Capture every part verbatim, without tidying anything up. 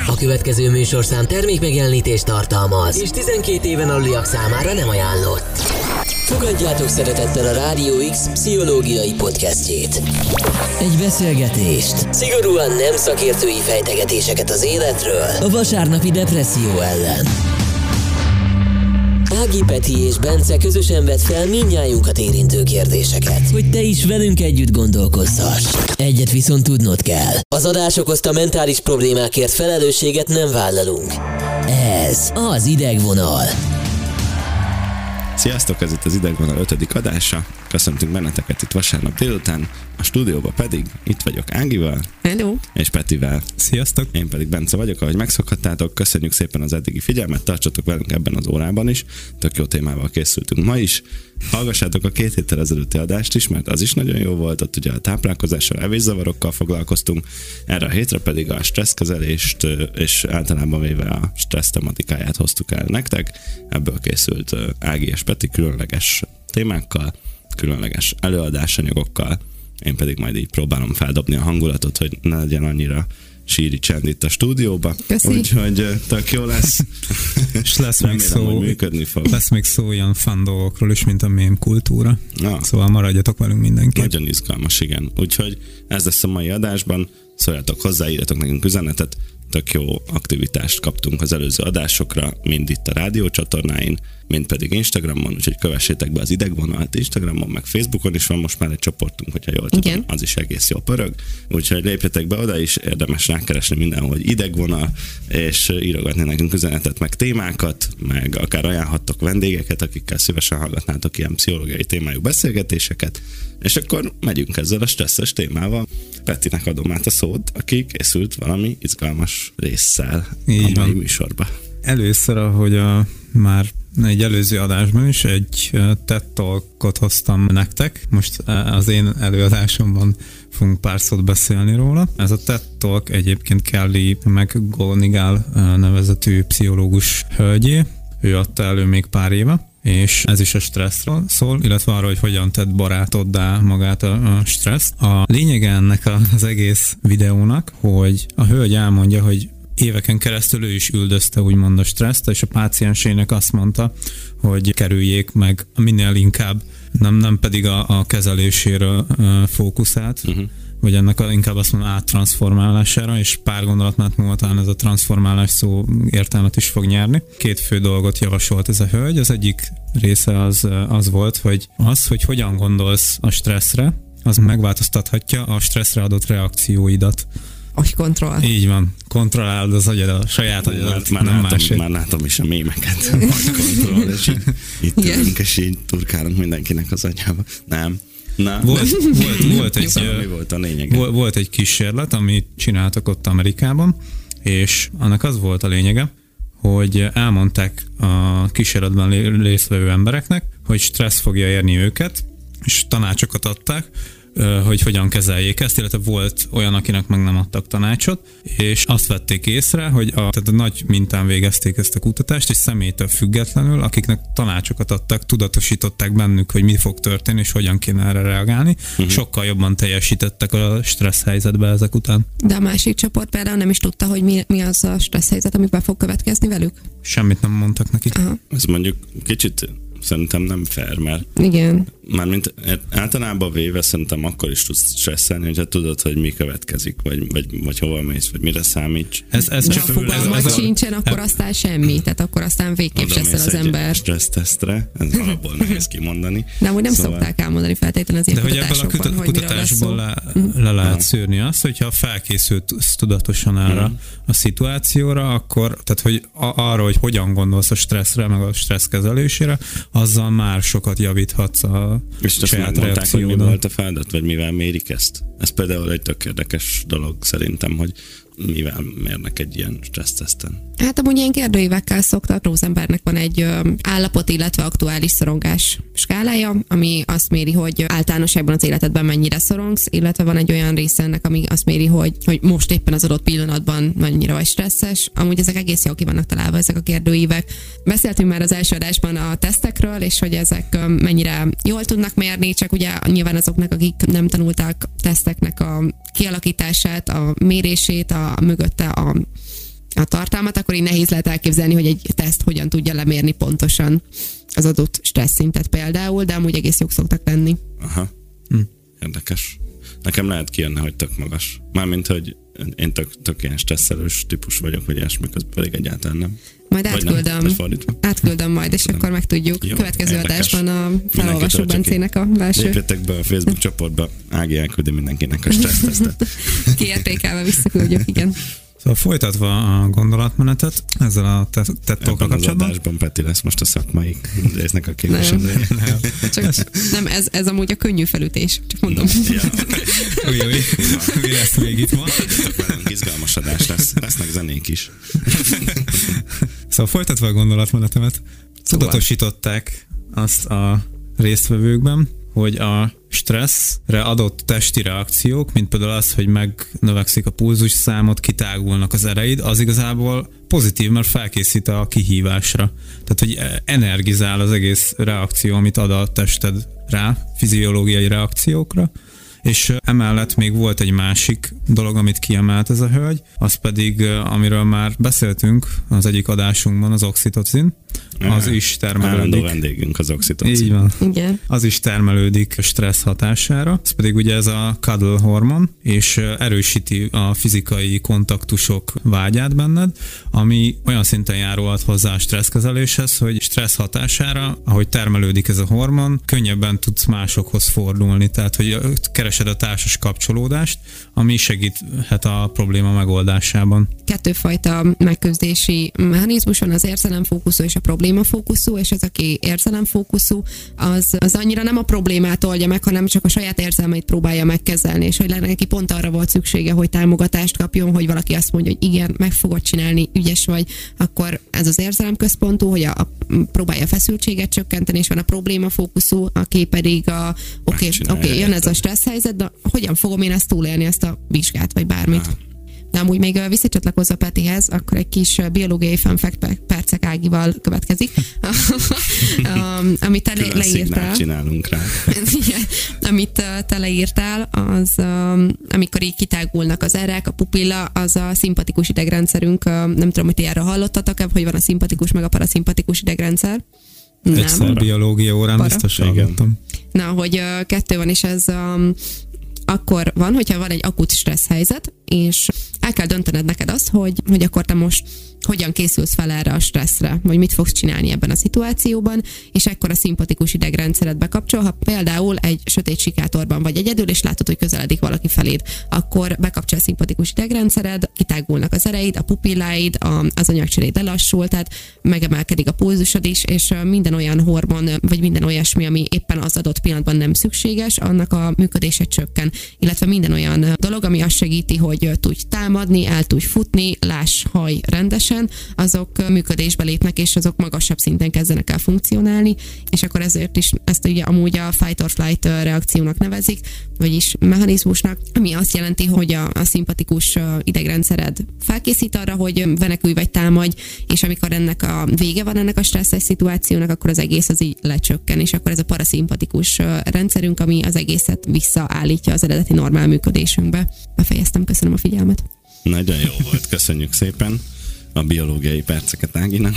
A következő műsorszám termékmegjelenítést tartalmaz, és tizenkét éven aluliak számára nem ajánlott. Fogadjátok szeretettel a Rádió X pszichológiai podcastjét. Egy beszélgetést, szigorúan nem szakértői fejtegetéseket az életről, a vasárnapi depresszió ellen. Ági, Peti és Bence közösen vett fel mindnyájunkat érintő kérdéseket, hogy te is velünk együtt gondolkozhass. Egyet viszont tudnod kell. Az adás okozta mentális problémákért felelősséget nem vállalunk. Ez az Idegvonal. Sziasztok, ez itt az Idegvonal ötödik adása. Köszöntünk benneteket itt vasárnap délután, a stúdióban pedig itt vagyok Ágival. Hello. És Petivel. Sziasztok. Én pedig Bence vagyok, ahogy megszokhattátok. Köszönjük szépen az eddigi figyelmet, tartsatok velünk ebben az órában is. Tök jó témával készültünk ma is. Hallgassátok a két héttel ezelőtti adást is, mert az is nagyon jó volt. Ott ugye a táplálkozással, evészavarokkal foglalkoztunk. Erre a hétre pedig a stresszkezelést és általában véve a stressz tematikáját hoztuk el nektek. Ebből készült Ági és Peti különleges témákkal, különleges előadásanyagokkal. Én pedig majd így próbálom feldobni a hangulatot, hogy ne legyen annyira síri csend itt a stúdióba. Köszi. Úgyhogy tök jó lesz. És lesz még, Remélem, szó, hogy működni fog. lesz még szó ilyen fun dolgokról is, mint a mém kultúra. Na. Szóval maradjatok velünk mindenki. Nagyon izgalmas, igen. Úgyhogy ez lesz a mai adásban. Szóljatok hozzá, írjatok nekünk üzenetet. Tök jó aktivitást kaptunk az előző adásokra, mind itt a rádiócsatornáin, mind pedig Instagramon, úgyhogy kövessétek be az Idegvonalat Instagramon, meg Facebookon is van most már egy csoportunk, hogyha jól tudom, igen. Az is egész jól pörög. Úgyhogy lépjetek be oda is, érdemes rákeresni mindenhol, hogy Idegvonal, és írogatni nekünk üzenetet, meg témákat, meg akár ajánlhattok vendégeket, akikkel szívesen hallgatnátok ilyen pszichológiai témájú beszélgetéseket, és akkor megyünk ezzel a stresszes témával. Petinek adom át a szót, aki készült valami izgalmas résszel Így a mai van. műsorba. Először, ahogy a, már egy előző adásban is egy TED Talkot hoztam nektek. Most az én előadásomban fogunk pár szót beszélni róla. Ez a TED Talk egyébként Kelly McGonigal nevezetű pszichológus hölgyé. Ő adta elő még pár éve, és ez is a stresszről szól, illetve arra, hogy hogyan tett barátoddá magát a stresszt. A lényege ennek az egész videónak, hogy a hölgy elmondja, hogy éveken keresztül ő is üldözte úgymond a stresszt, és a páciensének azt mondta, hogy kerüljék meg minél inkább, nem, nem pedig a, a kezeléséről uh, fókuszált, uh-huh. vagy ennek a, inkább azt mondom áttranszformálására, és pár gondolatnál múlva talán ez a transformálás szó értelmet is fog nyerni. Két fő dolgot javasolt ez a hölgy. Az egyik része az, az volt, hogy az, hogy hogyan gondolsz a stresszre, az megváltoztathatja a stresszre adott reakcióidat. Hogy kontroll. Így van. Kontrollálod az agyad, a saját agyadat, Már, nem látom, másé. már látom is a mémeket. Kontroll, és így, itt ülünk, és így turkálunk mindenkinek az agyába. Nem. Na. Volt, volt, volt, egy, szóval mi volt a lényege? Volt, volt egy kísérlet, amit csináltak ott Amerikában, és annak az volt a lényege, hogy elmondták a kísérletben résztvevő embereknek, hogy stressz fogja érni őket, és tanácsokat adták, hogy hogyan kezeljék ezt, illetve volt olyan, akinek meg nem adtak tanácsot, és azt vették észre, hogy a, tehát a nagy mintán végezték ezt a kutatást, és személytől függetlenül, akiknek tanácsokat adtak, tudatosították bennük, hogy mi fog történni, és hogyan kéne erre reagálni, uh-huh. sokkal jobban teljesítettek a stressz helyzetbe ezek után. De a másik csoport például nem is tudta, hogy mi, mi az a stressz helyzet, amiben fog következni velük? Semmit nem mondtak nekik. Aha. Ez mondjuk kicsit szerintem nem fair, mert igen. Mármint általában véve szerintem akkor is tudsz stresszelni, hogyha tudod, hogy mi következik, vagy, vagy, vagy hova mész, vagy mire számíts. Ez, ez csak fogalmat sincsen, akkor aztán semmi, tehát akkor aztán végképp stresszel az ember. Stressztesztre, ez alapból nehéz kimondani. De amúgy nem szóval... szokták elmondani feltétlenül az ilyen de kutatásokban, hogy ebből a kutat- kutatásból le, le lehet uh-huh. szűrni azt, hogyha felkészült tudatosan erre uh-huh. a szituációra, akkor, tehát hogy arra, hogy hogyan gondolsz a stresszre, meg a stressz kezelésére, azzal már sokat javíthatsz a és azt megmondták, hogy mi volt a feladat, vagy mivel mérik ezt? Ez például egy tök érdekes dolog szerintem, hogy mivel mérnek egy ilyen stressztesten. Hát amúgy ilyen kérdőívekkel szoktak. Rosenbergnek van egy ö, állapot, illetve aktuális szorongás skálája, ami azt méri, hogy általánosságban az életedben mennyire szorongsz, illetve van egy olyan része ennek, ami azt méri, hogy, hogy most éppen az adott pillanatban mennyire vagy stresszes. Amúgy ezek egész jól ki vannak találva, ezek a kérdőívek. Beszéltünk már az első adásban a tesztekről, és hogy ezek ö, mennyire jól tudnak mérni, csak ugye nyilván azoknak, akik nem tanulták teszteknek a kialakítását, a mérését, a mögötte a a tartalmat, akkor így nehéz lehet elképzelni, hogy egy teszt hogyan tudja lemérni pontosan az adott stressz szintet például, de amúgy egész jók szoktak lenni. Aha, hm. Érdekes. Nekem lehet kijönni, hogy tök magas. Mármint, hogy én tök, tök ilyen stresszelős típus vagyok, vagy ilyesmi, közben pedig egyáltalán nem. Majd átküldöm, átküldöm majd, és akkor megtudjuk. Jó, következő érdekes. Adásban a felolvasó Bencének a belső. Lépjetek be a Facebook csoportba, Ági elküldi mindenkinek a stressztesztet. Kiértékelve visszaküldjük, igen. Szóval folytatva a gondolatmenetet ezzel a tettókkal kapcsolatban. Az adásban Peti lesz most a szakmai résznek a kérdésem. Nem, nem ez, ez amúgy a könnyű felütés, csak mondom. Ja. Új, új, mi lesz még itt ma? Velünk izgalmas adás lesz, lesznek zenék is. Szóval folytatva a gondolatmenetemet, tudatosították azt a résztvevőkben, hogy a stresszre adott testi reakciók, mint például az, hogy megnövekszik a pulzus számot, kitágulnak az ereid, az igazából pozitív, mert felkészít a kihívásra. Tehát, hogy energizál az egész reakció, amit ad a tested rá, fiziológiai reakciókra. És emellett még volt egy másik dolog, amit kiemelt ez a hölgy, az pedig, amiről már beszéltünk az egyik adásunkban, az oxitocin. Az is termelődik. Állandó vendégünk az oxitocin. Így van. Igen. Az is termelődik stressz hatására. Ez pedig ugye ez a cuddle hormon, és erősíti a fizikai kontaktusok vágyát benned, ami olyan szinten járulhat hozzá a stresszkezeléshez, hogy stressz hatására, ahogy termelődik ez a hormon, könnyebben tudsz másokhoz fordulni. Tehát, hogy keresed a társas kapcsolódást, ami segíthet a probléma megoldásában. Kettőfajta megküzdési mechanizmus van, az érzelemfókuszú és a problémafókuszú, és az, aki érzelemfókuszú, az, az annyira nem a problémát oldja meg, hanem csak a saját érzelmeit próbálja megkezelni, és hogy neki pont arra volt szüksége, hogy támogatást kapjon, hogy valaki azt mondja, hogy igen, meg fogod csinálni, ügyes vagy, akkor ez az érzelemközpontú, hogy a, a próbálja a feszültséget csökkenteni, és van a problémafókuszú, aki pedig a oké, okay, okay, jön ez a stressz helyzet, de hogyan fogom én ezt túlélni, ezt a vizsgát, vagy bármit. Ah. De amúgy még visszacsatlakozva Petihez, akkor egy kis biológiai fun fact percek Ágival következik, amit te le- leírtál. Csinálunk rá. Amit te leírtál, az amikor így kitágulnak az erek, a pupilla, az a szimpatikus idegrendszerünk, nem tudom, hogy ti erről hallottatok-e, hogy van a szimpatikus meg a paraszimpatikus idegrendszer. Egyszer biológia órán Para. biztos hallottam. Na, hogy kettő van, és ez um, akkor van, hogyha van egy akut stressz helyzet, és el kell döntened neked azt, hogy, hogy akkor te most hogyan készülsz fel erre a stresszre, vagy mit fogsz csinálni ebben a szituációban, és ekkor a szimpatikus idegrendszered bekapcsol. Ha például egy sötét sikátorban vagy egyedül, és látod, hogy közeledik valaki feléd, akkor bekapcsol a szimpatikus idegrendszered, kitágulnak az ereid, a pupilláid, a, az anyagcseréd lelassul, tehát megemelkedik a pulzusod is, és minden olyan hormon, vagy minden olyasmi, ami éppen az adott pillanatban nem szükséges, annak a működése csökken. Illetve minden olyan dolog, ami azt segíti, hogy tudj támadni, el tudj futni, láss, haj rendesen, azok működésbe lépnek, és azok magasabb szinten kezdenek el funkcionálni, és akkor ezért is ezt ugye amúgy a fight or flight reakciónak nevezik, vagyis mechanizmusnak, ami azt jelenti, hogy a, a szimpatikus idegrendszered felkészít arra, hogy menekülj vagy támadj, és amikor ennek a vége van ennek a stresszes szituációnak, akkor az egész az így lecsökken, és akkor ez a paraszimpatikus rendszerünk, ami az egészet visszaállítja az eredeti normál működésünkbe. Befejeztem, köszönöm a figyelmet. Nagyon jó volt, köszönjük szépen a biológiai perceket Áginak.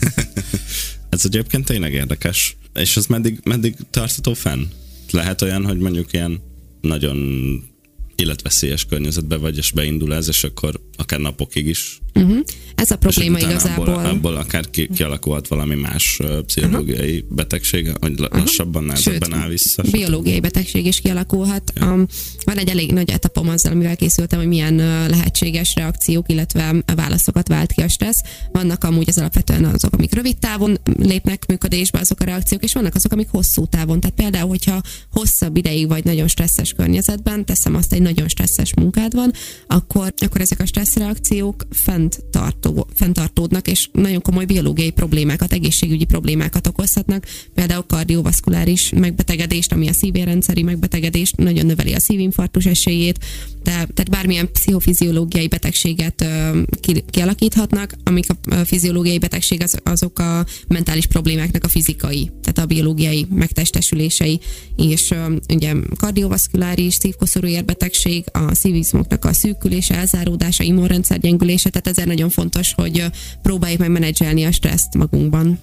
Ez egyébként tényleg érdekes. És ez meddig, meddig tartható fenn? Lehet olyan, hogy mondjuk ilyen nagyon életveszélyes környezetbe vagy, és beindul ez, és akkor akár napokig is. Uh-huh. Ez a probléma igazából. Abból, abból akár ki, kialakulhat valami más uh, pszichológiai uh-huh. betegség, hogy lassabban, nehezebben áll vissza. Biológiai betegség is kialakulhat. Ja. Um, van egy elég nagy etapom azzal, amivel készültem, hogy milyen uh, lehetséges reakciók, illetve válaszokat vált ki a stressz. Vannak amúgy az alapvetően azok, amik rövid távon lépnek működésbe, azok a reakciók, és vannak azok, amik hosszú távon. Tehát például, hogyha hosszabb ideig vagy nagyon stresszes környezetben, teszem azt, egy nagyon stresszes munkád van, akkor, akkor ezek a stresszreakciók fent, tartó, fent tartódnak, és nagyon komoly biológiai problémákat, egészségügyi problémákat okozhatnak, például kardiovaszkuláris megbetegedést, ami a szívérendszeri megbetegedést, nagyon növeli a szívinfarktus esélyét, de, tehát bármilyen pszichofiziológiai betegséget uh, ki, kialakíthatnak, amik a fiziológiai betegség az, azok a mentális problémáknak a fizikai, tehát a biológiai megtestesülései, és uh, ugye kardiovaszkuláris, szívkoszorúérbetegség, betegség, a szívizmoknak a szűkülése, elzáródása, immunrendszer gyengülése, tehát ezért nagyon fontos, hogy próbáljuk meg menedzselni a stresszt magunkban.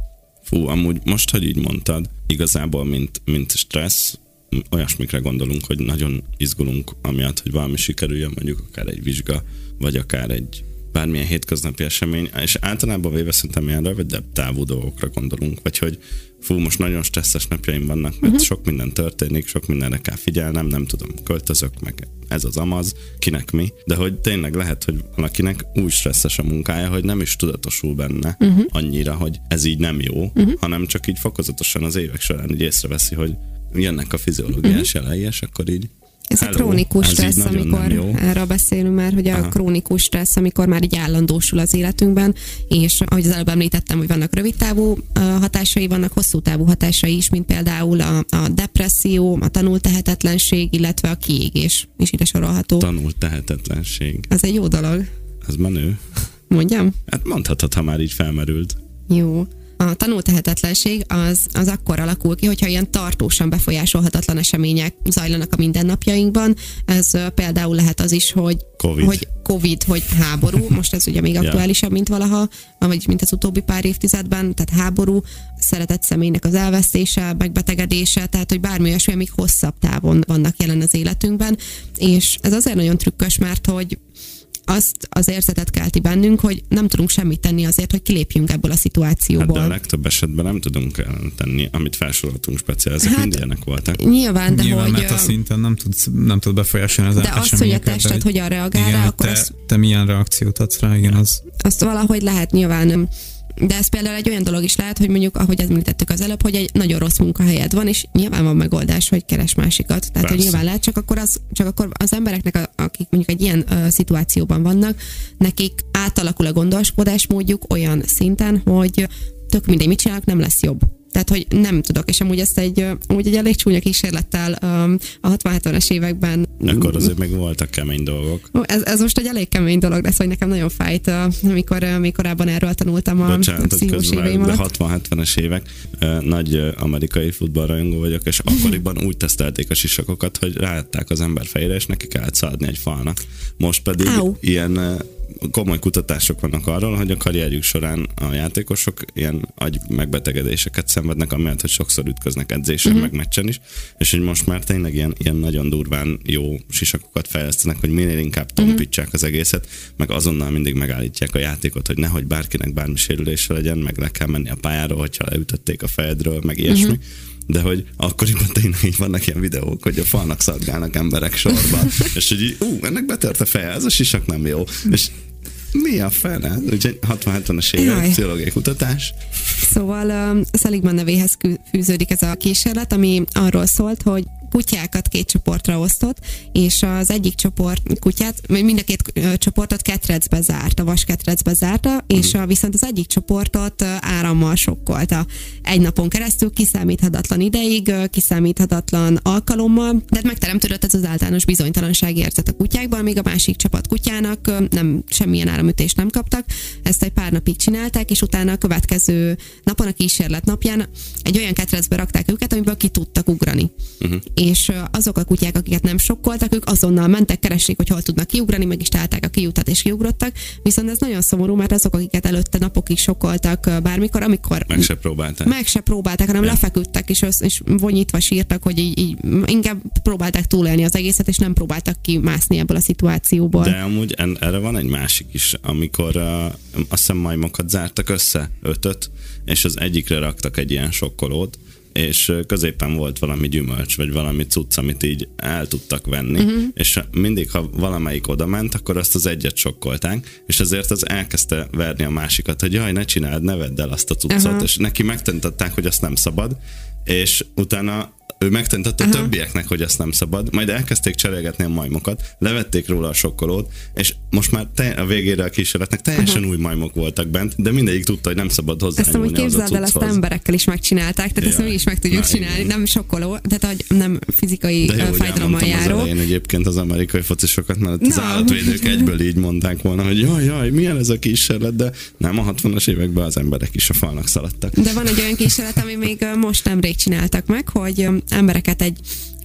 Fú, amúgy most, hogy így mondtad, igazából mint, mint stressz, olyasmikre gondolunk, hogy nagyon izgulunk amiatt, hogy valami sikerüljön, mondjuk akár egy vizsga, vagy akár egy bármilyen hétköznapi esemény, és általában véve szerintem ilyen rövidebb távú dolgokra gondolunk, vagy hogy fú, most nagyon stresszes napjaim vannak, mert uh-huh. sok minden történik, sok mindenre kell figyelnem, nem tudom, költözök, meg ez az amaz, kinek mi, de hogy tényleg lehet, hogy valakinek úgy stresszes a munkája, hogy nem is tudatosul benne uh-huh. annyira, hogy ez így nem jó, uh-huh. hanem csak így fokozatosan az évek során így észreveszi, hogy jönnek a fiziológiás uh-huh. jelei, és akkor így ez Hello, a krónikus ez stressz, amikor erről beszélünk már, hogy a Aha. krónikus stressz, amikor már így állandósul az életünkben, és ahogy az előbb említettem, hogy vannak rövidtávú hatásai, vannak hosszú távú hatásai is, mint például a, a depresszió, a tanult tehetetlenség, illetve a kiégés is ide sorolható. Tanult tehetetlenség. Ez egy jó dolog. Ez menő. Mondjam? Hát mondhatod, ha már így felmerült. Jó. A tanultehetetlenség az, az akkor alakul ki, hogyha ilyen tartósan befolyásolhatatlan események zajlanak a mindennapjainkban. Ez például lehet az is, hogy COVID, hogy, COVID, hogy háború, most ez ugye még aktuálisabb, mint valaha, vagy mint az utóbbi pár évtizedben, tehát háború, szeretett személynek az elvesztése, megbetegedése, tehát hogy bármi olyasmi, amik hosszabb távon vannak jelen az életünkben, és ez azért nagyon trükkös, mert hogy azt az érzetet kelti bennünk, hogy nem tudunk semmit tenni azért, hogy kilépjünk ebből a szituációból. Hát de a legtöbb esetben nem tudunk tenni, amit felsoroltunk speciál, ezek hát, mind ilyenek voltak. Nyilván, de nyilván, hogy... mert a szinten nem tud, nem tud befolyásolni az de azt, hogy a tested de, hogyan reagál igen, rá, akkor te, az... te milyen reakciót adsz rá, igen, az... Azt valahogy lehet nyilván... De ez például egy olyan dolog is lehet, hogy mondjuk, ahogy említettük az előbb, hogy egy nagyon rossz munkahelyed van, és nyilván van megoldás, hogy keres másikat. Tehát, Persze. hogy nyilván lehet, csak akkor az, csak akkor az embereknek, akik mondjuk egy ilyen uh, szituációban vannak, nekik átalakul a gondolkodásmódjuk olyan szinten, hogy tök mindegy, mit csinálnak, nem lesz jobb. Tehát, hogy nem tudok, és amúgy ezt egy, amúgy egy elég csúnya kísérlettel um, a hatvan-hetvenes években... Akkor azért még voltak kemény dolgok. Ez, ez most egy elég kemény dolog lesz, hogy nekem nagyon fájt, amikor még korábban erről tanultam a Bocsánat, pszichós éveim de alatt. hatvan-hetvenes évek, nagy amerikai futballrajongó vagyok, és akkoriban úgy tesztelték a sisakokat, hogy ráadták az ember fejére, és neki kellett szaladni egy falnak. Most pedig Áu. ilyen komoly kutatások vannak arról, hogy a karrierjük során a játékosok ilyen agy megbetegedéseket szenvednek, amiatt, hogy sokszor ütköznek edzésen, uh-huh. meg meccsen is, és hogy most már tényleg ilyen, ilyen nagyon durván jó sisakokat fejlesztenek, hogy minél inkább tompítsák uh-huh. az egészet, meg azonnal mindig megállítják a játékot, hogy nehogy bárkinek bármi sérülése legyen, meg le kell menni a pályáról, hogyha leütötték a fejedről, meg ilyesmi. Uh-huh. De hogy akkoriban tényleg így vannak ilyen videók, hogy a falnak szadgálnak emberek sorba, és hogy így, ú, ennek betört a feje, ez a sisak nem jó. És mi a fene? Úgyhogy hatvan-hetvenes évek pszichológiai kutatás. Szóval um, Seligman nevéhez fűződik ez a kísérlet, ami arról szólt, hogy kutyákat két csoportra osztott, és az egyik csoport kutyát, mind a két csoportot ketrecbe zárta, vasketrecbe zárta, és a, viszont az egyik csoportot árammal sokkolta. Egy napon keresztül kiszámíthatatlan ideig, kiszámíthatatlan alkalommal, de megteremtődött ez az általános bizonytalanság érzet a kutyákban, míg a másik csapat kutyának nem, semmilyen áramütést nem kaptak. Ezt egy pár napig csinálták, és utána a következő napon, a kísérlet napján egy olyan ketrecbe rakták őket, amiből ki tudtak ugrani. Uh-huh. És azok a kutyák, akiket nem sokkoltak, ők azonnal mentek, keresték, hogy hol tudnak kiugrani, meg is találták a kiutat, és kiugrottak. Viszont ez nagyon szomorú, mert azok, akiket előtte napokig sokkoltak bármikor, amikor... Meg se próbálták. Meg se próbálták, hanem ja. lefeküdtek, és, és vonyítva sírtak, hogy így, így inkább próbálták túlélni az egészet, és nem próbáltak kimászni ebből a szituációból. De amúgy en, erre van egy másik is, amikor uh, azt hiszem majmokat zártak össze, ötöt, és az egyikre raktak egy ilyen sokkolót, és középen volt valami gyümölcs, vagy valami cucc, amit így el tudtak venni, uh-huh. és mindig, ha valamelyik oda ment, akkor azt az egyet sokkolták, és azért az elkezdte verni a másikat, hogy jaj, ne csináld, ne vedd el azt a cuccot, uh-huh. és neki megtanították, hogy azt nem szabad, és utána ő megtanította uh-huh. a többieknek, hogy ezt nem szabad, majd elkezdték cserélgetni a majmokat, levették róla a sokkolót, és most már te, a végére a kísérletnek teljesen uh-huh. új majmok voltak bent, de mindegyik tudta, hogy nem szabad hozzányúlni az a cucchoz. Ezt amúgy képzeld el, ezt emberekkel is megcsinálták, tehát ja. ezt mi is meg tudjuk csinálni, igen. nem sokkoló, tehát hogy nem fizikai fájdalommal járó. Az elején egyébként az amerikai focisokat, mert az no. állatvédők egyből így mondták volna, hogy jaj, jaj, milyen ez a kísérlet, de nem, a hatvanas években az emberek is a falnak szaladtak. De van egy olyan kísérlet, ami még most nemrég csináltak meg, hogy embereket egy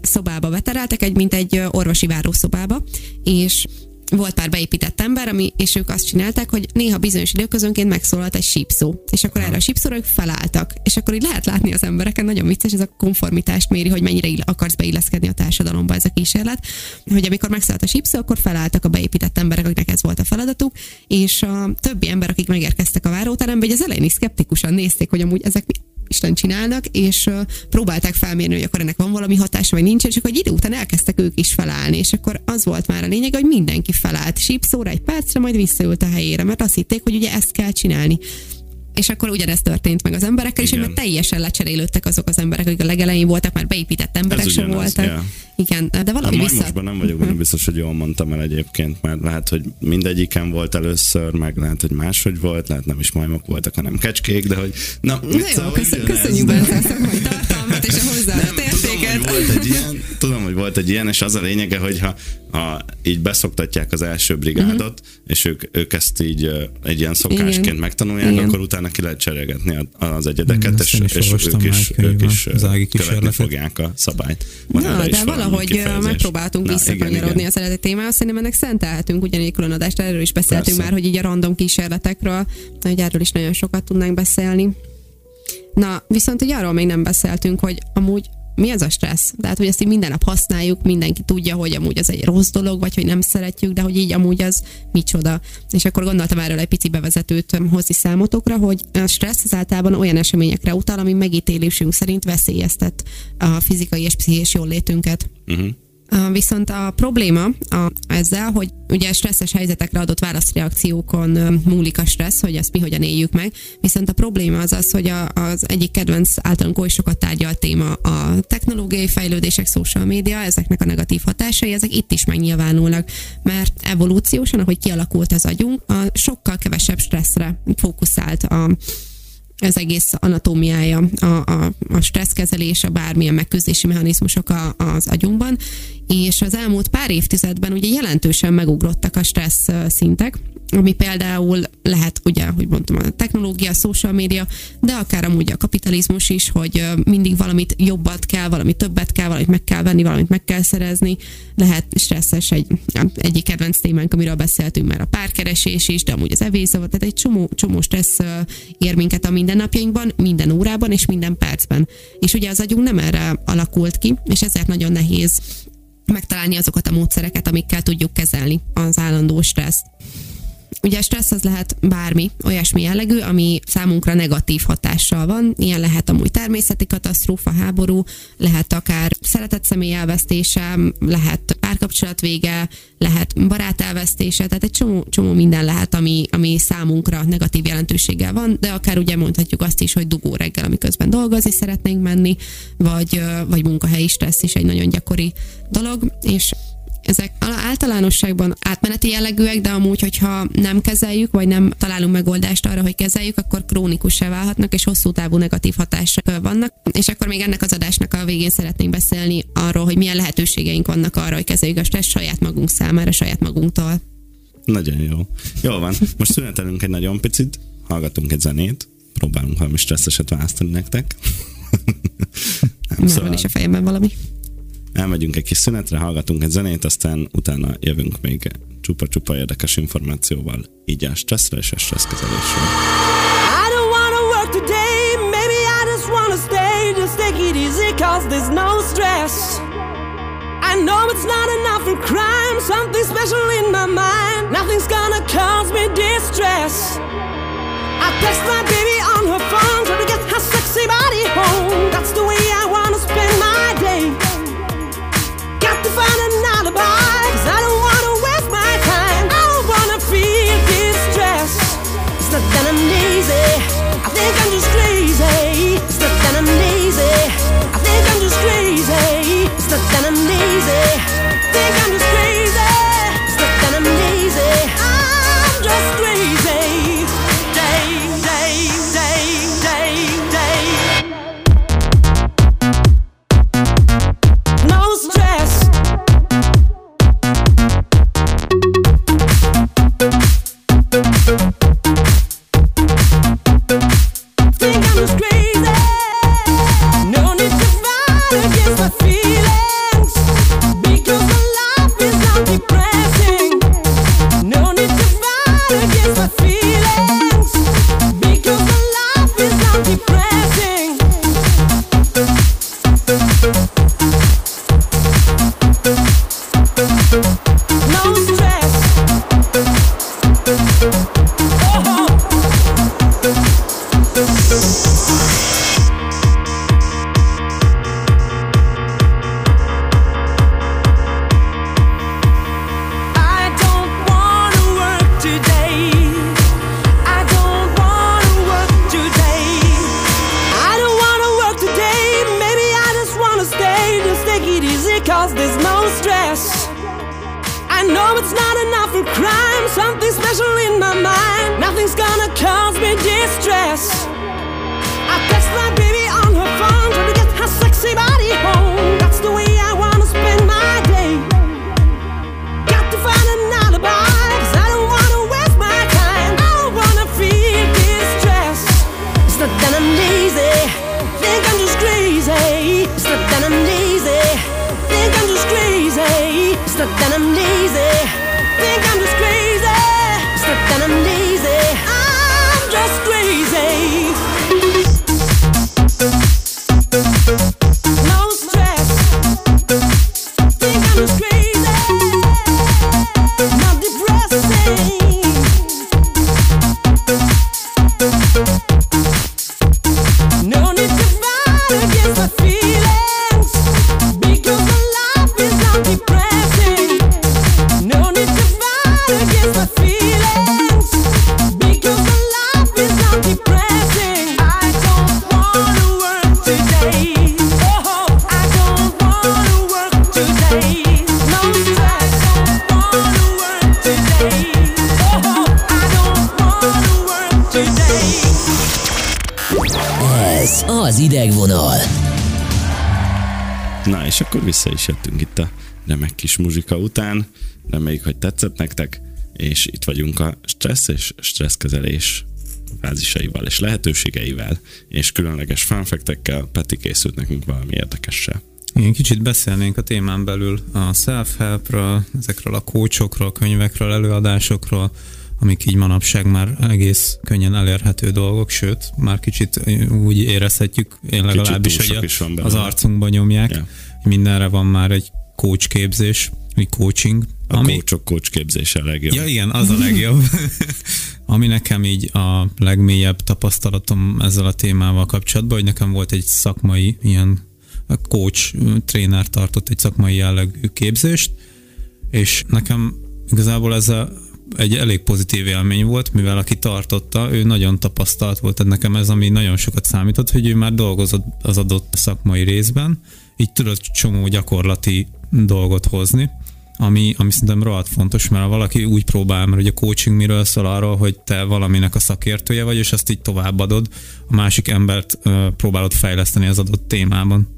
szobába veteráltak, egy, mint egy orvosi várószobába, és volt pár beépített ember, ami, és ők azt csinálták, hogy néha bizonyos időközönként megszólalt egy sípszó, és akkor erre a sípszóra ők felálltak, és akkor így lehet látni az embereken, nagyon vicces, ez a konformitást méri, hogy mennyire ill- akarsz beilleszkedni a társadalomba ez a kísérlet, hogy amikor megszólalt a sípszó, akkor felálltak a beépített emberek, akiknek ez volt a feladatuk, és a többi ember, akik megérkeztek a váróterembe, hogy az elején is szkeptikusan nézték, hogy amúgy ezek mi Isten csinálnak, és uh, próbálták felmérni, hogy akkor ennek van valami hatása, vagy nincs, és akkor egy idő után elkezdtek ők is felállni, és akkor az volt már a lényeg, hogy mindenki felállt sípszóra egy percre, majd visszaült a helyére, mert azt hitték, hogy ugye ezt kell csinálni. És akkor ugyanezt történt meg az emberekkel is, hogy már teljesen lecserélődtek azok az emberek, akik a legelején voltak, már beépített emberek sem voltak. Yeah. Igen, de valami vissza... Most nem vagyok benne biztos, hogy jól mondtam el egyébként, mert lehet, hogy mindegyiken volt először, meg lehet, hogy máshogy volt, lehet nem is majmok voltak, hanem kecskék, de hogy... Na, na jó, szóval köszön, köszönjük benne a szakmai tartalmat és a hozzáadott értéket. Tudom, hogy volt egy ilyen, tudom, hogy volt egy ilyen, és az a lényege, hogy ha, ha így beszoktatják az első brigádot, uh-huh. és ők, ők ezt így egy ilyen szokásként igen. megtanulják, igen. akkor utána ki lehet cserélgetni az egyedeket, és, és ők is, ők is követni fogják a szabályt. Na, de valahogy megpróbáltunk visszakanyarodni az eredeti témához, szerintem ennek szentelhetünk ugyanígy külön adást, erről is beszéltünk Persze. már, hogy így a random kísérletekről, hogy erről is nagyon sokat tudnánk beszélni. Na, viszont ugye arról még nem beszéltünk, hogy amúgy mi az a stressz? Tehát, hogy ezt így minden nap használjuk, mindenki tudja, hogy amúgy az egy rossz dolog, vagy hogy nem szeretjük, de hogy így amúgy az micsoda. És akkor gondoltam erről egy pici bevezetőt hozni számotokra, hogy a stressz az általában olyan eseményekre utal, ami megítélésünk szerint veszélyeztet a fizikai és pszichés jóllétünket. Uh-huh. Viszont a probléma a, ezzel, hogy ugye stresszes helyzetekre adott válaszreakciókon múlik a stressz, hogy ezt mi hogyan éljük meg, viszont a probléma az az, hogy a, az egyik kedvenc általunk oly sokat tárgyalt téma a technológiai fejlődések, social media, ezeknek a negatív hatásai, ezek itt is megnyilvánulnak, mert evolúciósan, ahogy kialakult az agyunk, a sokkal kevesebb stresszre fókuszált a az egész anatómiája, a, a, a stresszkezelés, a bármilyen megküzdési mechanizmusok a, az agyunkban, és az elmúlt pár évtizedben ugye jelentősen megugrottak a stressz szintek, ami például lehet, ugye, hogy mondtam, a technológia, a social media, de akár amúgy a kapitalizmus is, hogy mindig valamit jobbat kell, valamit többet kell, valamit meg kell venni, valamit meg kell szerezni. Lehet stresszes egy, egyik kedvenc témánk, amiről beszéltünk már, a párkeresés is, de amúgy az evészavar, tehát egy csomó, csomó stressz ér minket a mindennapjainkban, minden órában és minden percben. És ugye az agyunk nem erre alakult ki, és ezért nagyon nehéz megtalálni azokat a módszereket, amikkel tudjuk kezelni az állandó stresszt. Ugye a stressz az lehet bármi, olyasmi jellegű, ami számunkra negatív hatással van. Ilyen lehet amúgy természeti katasztrófa, háború, lehet akár szeretett személy elvesztése, lehet párkapcsolat vége, lehet barát elvesztése, tehát egy csomó, csomó minden lehet, ami, ami számunkra negatív jelentőséggel van, de akár ugye mondhatjuk azt is, hogy dugó reggel, amiközben dolgozni szeretnénk menni, vagy, vagy munkahelyi stressz is egy nagyon gyakori dolog, és ezek általánosságban átmeneti jellegűek, de amúgy, hogyha nem kezeljük, vagy nem találunk megoldást arra, hogy kezeljük, akkor krónikussá válhatnak, és hosszú távú negatív hatások vannak. És akkor még ennek az adásnak a végén szeretnénk beszélni arról, hogy milyen lehetőségeink vannak arra, hogy kezeljük a stressz saját magunk számára, saját magunktól. Nagyon jó. Jól van. Most szünetelünk egy nagyon picit, hallgatunk egy zenét, próbálunk valami stresszeset választani nektek. Nem, Már szóval... van is a fejemben valami. Elmegyünk egy kis szünetre, hallgatunk egy zenét, aztán utána jövünk még csupa-csupa érdekes információval, így a stresszre és a stresszkezelésről. I don't wanna work today, maybe I just wanna stay, just take it easy cause there's no stress. I know it's not enough for crime, something special in my mind, nothing's gonna cause me distress. I text my baby on her phone, try to get her sexy body home, that's the way I wanna spend my day. Got to find an alibi, cause I don't wanna waste my time. I don't wanna feel distress. It's not that I'm lazy, I think I'm just crazy. It's not that I'm lazy, I think I'm just crazy. It's not that I'm lazy, I think I'm just crazy. It's not that I'm lazy, I'm just crazy. Day, day. Something special in my mind. Nothing's gonna cause me distress. I text my baby on her phone, trying to get her sexy body home. That's the way I wanna spend my day. Got to find an alibi, cause I don't wanna waste my time. I don't wanna feel distress. It's not that I'm lazy, think I'm just crazy. It's not that I'm lazy, think I'm just crazy. It's not that I'm lazy, think I'm just crazy. It's not that I'm lazy, I'm just crazy. No stress, think I'm just crazy. Not depressing. No need to fight against my feelings, because my life is not depressing. No need to fight against my feelings, because my life is not depressing. I don't wanna work today. Oh, I don't wanna work today. No stress, I don't wanna work today. Oh, I don't wanna work today. Ez az Idegvonal. Na, és akkor vissza is jöttünk itt a remek kis muzsika után. Reméljük, hogy tetszett nektek, és itt vagyunk a stressz és stresszkezelés fázisaival és lehetőségeivel, és különleges fanfektekkel. Peti készült nekünk valami érdekessel. Igen, kicsit beszélnénk a témán belül a self-helpről, ezekről a coachokról, könyvekről, előadásokról, amik így manapság már egész könnyen elérhető dolgok, sőt, már kicsit úgy érezhetjük, én legalábbis, hogy a, az arcunkba nyomják. Yeah. Mindenre van már egy coach képzés, egy coaching. A ami... coachok coach képzése a legjobb. Ja igen, az a legjobb. Ami nekem így a legmélyebb tapasztalatom ezzel a témával kapcsolatban, hogy nekem volt egy szakmai ilyen coach, tréner tartott egy szakmai jellegű képzést, és nekem igazából ez a egy elég pozitív élmény volt, mivel aki tartotta, ő nagyon tapasztalt volt, tehát nekem ez, ami nagyon sokat számított, hogy ő már dolgozott az adott szakmai részben, így tudott csomó gyakorlati dolgot hozni, ami, ami szerintem rohadt fontos, mert ha valaki úgy próbál, mert ugye a coaching miről szól arról, hogy te valaminek a szakértője vagy, és azt így továbbadod, a másik embert uh, próbálod fejleszteni az adott témában.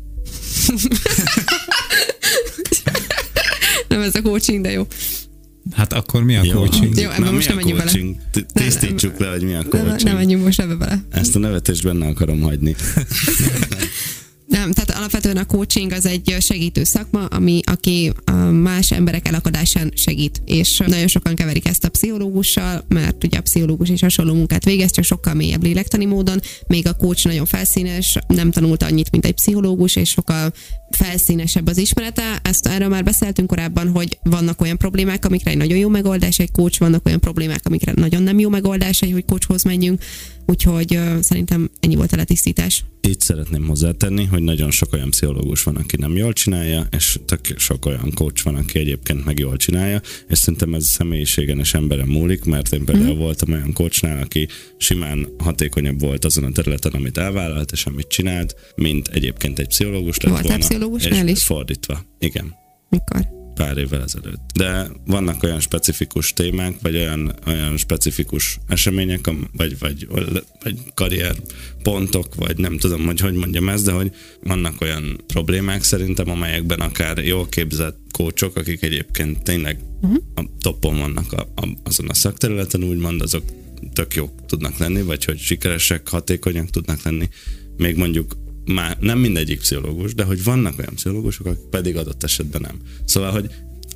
Nem ez a coaching, de jó. Hát akkor mi a jó, coaching? Jó, ebben most nem menjünk bele. Tisztítsuk le, hogy mi a coaching. Nem, nem menjünk most ebbe bele. Ezt a nevetést benne akarom hagyni. Nem, tehát alapvetően a coaching az egy segítő szakma, ami aki a más emberek elakadásán segít. És nagyon sokan keverik ezt a pszichológussal, mert ugye a pszichológus is hasonló munkát végez, csak sokkal mélyebb lélektani módon, még a coach nagyon felszínes, nem tanult annyit, mint egy pszichológus, és sokkal felszínesebb az ismerete. Ezt erről már beszéltünk korábban, hogy vannak olyan problémák, amikre egy nagyon jó megoldás egy coach, vannak olyan problémák, amikre nagyon nem jó megoldás, hogy coachhoz menjünk. Úgyhogy uh, szerintem ennyi volt a letisztítás. Itt szeretném hozzátenni, hogy nagyon sok olyan pszichológus van, aki nem jól csinálja, és tök sok olyan coach van, aki egyébként meg jól csinálja, és szerintem ez személyiségen és emberen múlik, mert én például mm. voltam olyan coachnál, aki simán hatékonyabb volt azon a területen, amit elvállalt, és amit csinált, mint egyébként egy pszichológus lett voltál volna. Pszichológusnál is? Fordítva. Igen. Mikor? Pár évvel ezelőtt. De vannak olyan specifikus témák, vagy olyan, olyan specifikus események, vagy, vagy, vagy karrierpontok, vagy nem tudom, hogy hogy mondjam ezt, de hogy vannak olyan problémák szerintem, amelyekben akár jól képzett coachok, akik egyébként tényleg uh-huh. a toppon vannak a, a, azon a szakterületen, úgymond, azok tök jók tudnak lenni, vagy hogy sikeresek, hatékonyak tudnak lenni. Még mondjuk már nem mindegyik pszichológus, de hogy vannak olyan pszichológusok, akik pedig adott esetben nem. Szóval, hogy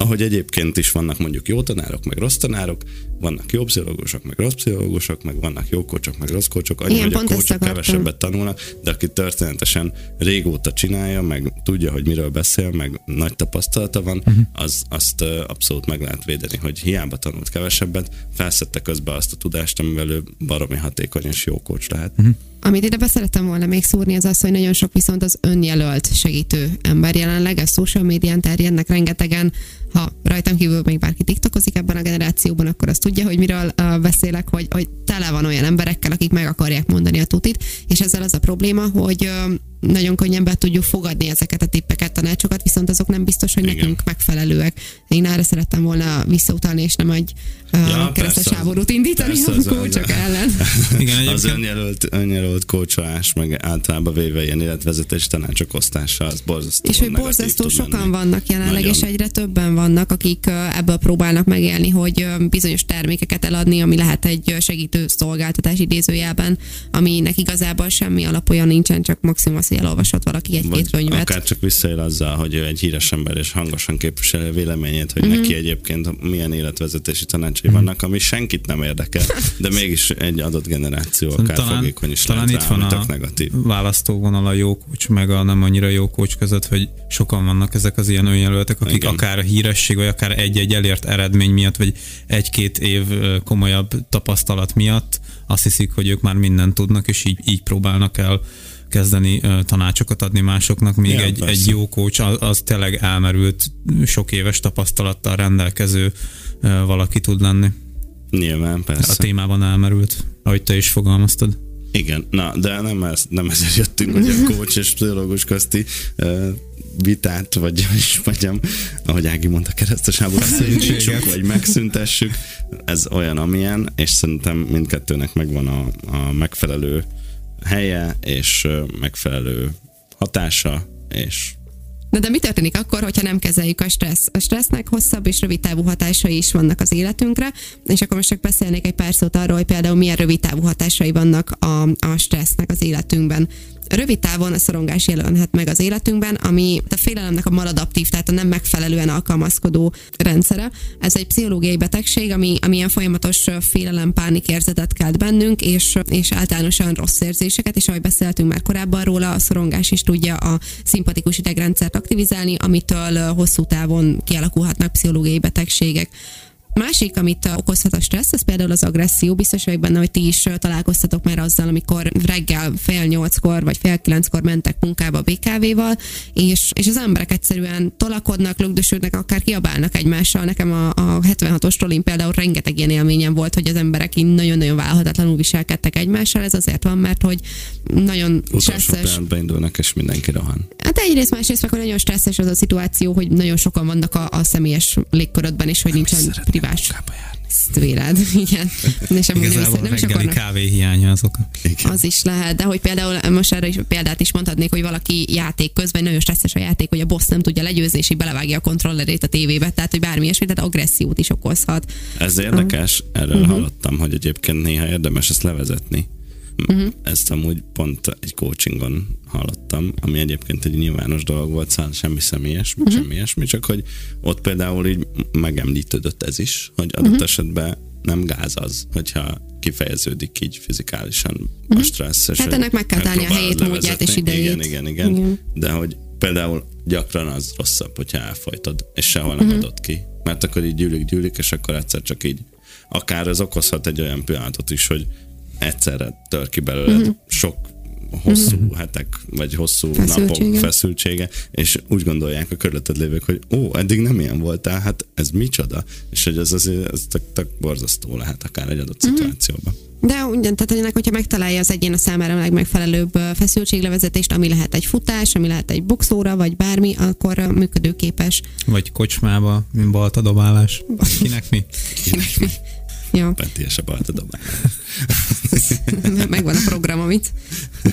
ahogy egyébként is vannak mondjuk jó tanárok, meg rossz tanárok, vannak jó pszichológusok, meg rossz pszichológusok, meg vannak jó kócsok, meg rossz kócsok, annyi, hogy a kócsok kevesebbet tanulnak, de aki történetesen régóta csinálja, meg tudja, hogy miről beszél, meg nagy tapasztalata van, uh-huh. az, azt abszolút meg lehet védeni, hogy hiába tanult kevesebbet, felszedte közbe azt a tudást, amivel ő baromi hatékony és jó kócs lehet. Uh-huh. Amit ide be szerettem volna még szúrni, az az, hogy nagyon sok viszont az önjelölt segítő ember jelenleg, ez social médián terjednek rengetegen. Ha rajtam kívül még bárki tiktokozik ebben a generációban, akkor azt tudja, hogy miről uh, beszélek, hogy, hogy tele van olyan emberekkel, akik meg akarják mondani a tutit, és ezzel az a probléma, hogy uh, nagyon könnyen be tudjuk fogadni ezeket a tippeket, tanácsokat, viszont azok nem biztos, hogy Igen. nekünk megfelelőek. Én erre szerettem volna visszautalni, és nem egy uh, ja, keresztes háborút indítani a kócsok ellen. Igen, az önjelölt, önjelölt kócsolás, meg általában véve ilyen életvezetési tanácsok osztása, az borzasztó. És hogy borzasztó sokan lenni. vannak jelenleg, nagyon. És egyre többen vannak, akik ebből próbálnak megélni, hogy bizonyos termékeket eladni, ami lehet egy segítő szolgáltatás idézőjelben, aminek igazából semmi alapja nincsen, csak maximum az, hogy elolvasott valaki egy-két könyvet. Akár csak visszaél azzal, hogy ő egy híres ember és hangosan képviseli a véleményét, hogy mm-hmm. neki egyébként milyen életvezetési tanácsai mm-hmm. vannak, ami senkit nem érdekel, de mégis egy adott generáció akár talán, fogékony is talán lehet itt rá, van a negatív. választóvonal a jó kócs meg a nem annyira jó kócs között, hogy sokan vannak ezek az ilyen önjelöltek, akik Igen. akár a híresség, vagy akár egy-egy elért eredmény miatt, vagy egy-két év komolyabb tapasztalat miatt azt hiszik, hogy ők már mindent tudnak, és így, így próbálnak el kezdeni uh, tanácsokat adni másoknak, míg ja, egy, egy jó kócs az, az tényleg elmerült, sok éves tapasztalattal rendelkező uh, valaki tud lenni. Nyilván, persze. A témában elmerült, ahogy te is fogalmaztad. Igen, na, de nem, ez, nem ezért jöttünk, hogy a kócs és pszichológus közti uh, vitát, vagy is mondjam, ahogy Ági mondta, keresztes háborút szüntsük, vagy megszüntessük. Ez olyan, amilyen, és szerintem mindkettőnek megvan a, a megfelelő helye, és megfelelő hatása, és Na de mi történik akkor, hogyha nem kezeljük a stressz? A stressznek hosszabb és rövid távú hatásai is vannak az életünkre, és akkor most csak beszélnék egy pár szót arról, hogy például milyen rövid távú hatásai vannak a, a stressznek az életünkben. Rövid távon a szorongás jelenhet meg az életünkben, ami a félelemnek a maladaptív, tehát a nem megfelelően alkalmazkodó rendszere. Ez egy pszichológiai betegség, ami, ami ilyen folyamatos félelem, pánikérzetet kelt bennünk, és, és általánosan rossz érzéseket, és ahogy beszéltünk már korábban róla, a szorongás is tudja a szimpatikus idegrendszert aktivizálni, amitől hosszú távon kialakulhatnak pszichológiai betegségek. Másik, amit okozhat a stressz, az például az agresszió. Biztos vagyok benne, hogy ti is találkoztatok már azzal, amikor reggel fél nyolckor vagy fél kilenckor mentek munkába bé ká véval, és, és az emberek egyszerűen tolakodnak, lögdösödnek, akár kiabálnak egymással. Nekem a, a hetvenhatos trolin például rengeteg ilyen élményem volt, hogy az emberek így nagyon-nagyon válhatatlanul viselkedtek egymással. Ez azért van, mert hogy nagyon stresszes. Utolsó indulnak, és mindenki rohan. Hát egyrészt, másrészt meg, hogy nagyon stresszes az a szituáció, hogy nagyon sokan vannak a, a személyes légkörödben, és hogy nincsen privás. Ezt véled, igen. És igazából nem, nem a reggeli kávé hiánya azok. Igen. Az is lehet, de hogy például most erre is példát is mondhatnék, hogy valaki játék közben nagyon stresszes a játék, hogy a boss nem tudja legyőzni, és így belevágja a kontrollerét a tévébe, tehát hogy bármi ilyesmi, tehát agressziót is okozhat. Ez érdekes, erről uh-huh. hallottam, hogy egyébként néha érdemes ezt levezetni. Uh-huh. Ezt amúgy pont egy coachingon hallottam, ami egyébként egy nyilvános dolog volt, szóval semmi személyes, uh-huh. semmi ilyesmi, csak hogy ott például így megemlítődött ez is, hogy adott uh-huh. esetben nem gáz az, hogyha kifejeződik így fizikálisan uh-huh. a stressz. Hát ennek meg kell találni a helyét, módját és idejét. Igen, igen, igen, igen. De hogy például gyakran az rosszabb, hogyha elfojtod, és sehol nem uh-huh. adod ki. Mert akkor így gyűlik, gyűlik, és akkor egyszer csak így akár az okozhat egy olyan pillanatot is, hogy egyszerre tör ki belőled uh-huh. sok hosszú uh-huh. hetek, vagy hosszú feszültsége. napok feszültsége, és úgy gondolják a körülötted lévők, hogy ó, eddig nem ilyen voltál, hát ez micsoda? És hogy ez azért ez tök, tök borzasztó lehet akár egy adott uh-huh. szituációban. De ugyan, tehát ennek, hogyha megtalálja az egyén a számára a legmegfelelőbb feszültséglevezetést, ami lehet egy futás, ami lehet egy boxóra, vagy bármi, akkor működőképes. Vagy kocsmába, mint baltadobálás. Kinek mi? Kinek mi? Ja. Petties a baltadobálás. Megvan a program, amit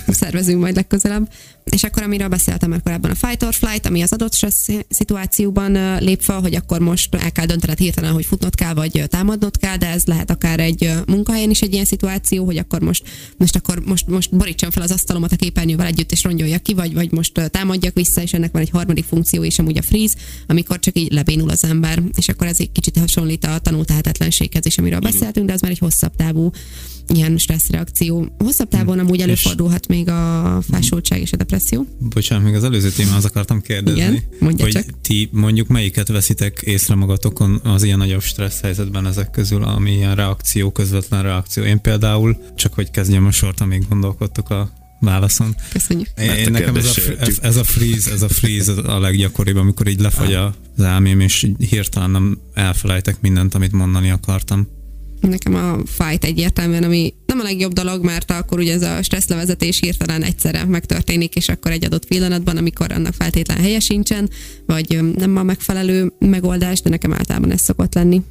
szervezünk majd legközelebb. És akkor, amiről beszéltem már korábban, a fight or flight, ami az adott stressz szituációban lép fel, hogy akkor most el kell döntened hirtelen, hogy futnod kell, vagy támadnod kell, de ez lehet akár egy munkahelyen is egy ilyen szituáció, hogy akkor most, most akkor most, most borítsam fel az asztalomat a képernyővel együtt, és rongyoljak ki, vagy, vagy most támadjak vissza, és ennek van egy harmadik funkció is, amúgy a freeze, amikor csak így lebénul az ember, és akkor ez egy kicsit hasonlít a tanultehetetlenséghez is, amiről beszéltünk, de ez már egy hosszabb távú ilyen stresszreakció. Hosszabb távon amúgy előfordulhat még a fásultság és a depresszió. Bocsánat, még az előző témához akartam kérdezni, igen, mondja hogy csak. ti mondjuk melyiket veszitek észre magatokon az ilyen nagyobb stressz helyzetben ezek közül, ami ilyen reakció, közvetlen reakció. Én például, csak hogy kezdjem a sort, amíg gondolkodtok a válaszon. Köszönjük. Én, nekem ez a, ez, ez a freeze, ez a freeze a leggyakoribb, amikor így lefagy az elmém, és hirtelen nem elfelejtek mindent, amit mondani akartam. Nekem a fight egyértelműen, ami nem a legjobb dolog, mert akkor ugye ez a stresszlevezetés hirtelen egyszerre megtörténik, és akkor egy adott pillanatban, amikor annak feltétlen helye sincsen, vagy nem a megfelelő megoldás, de nekem általában ez szokott lenni.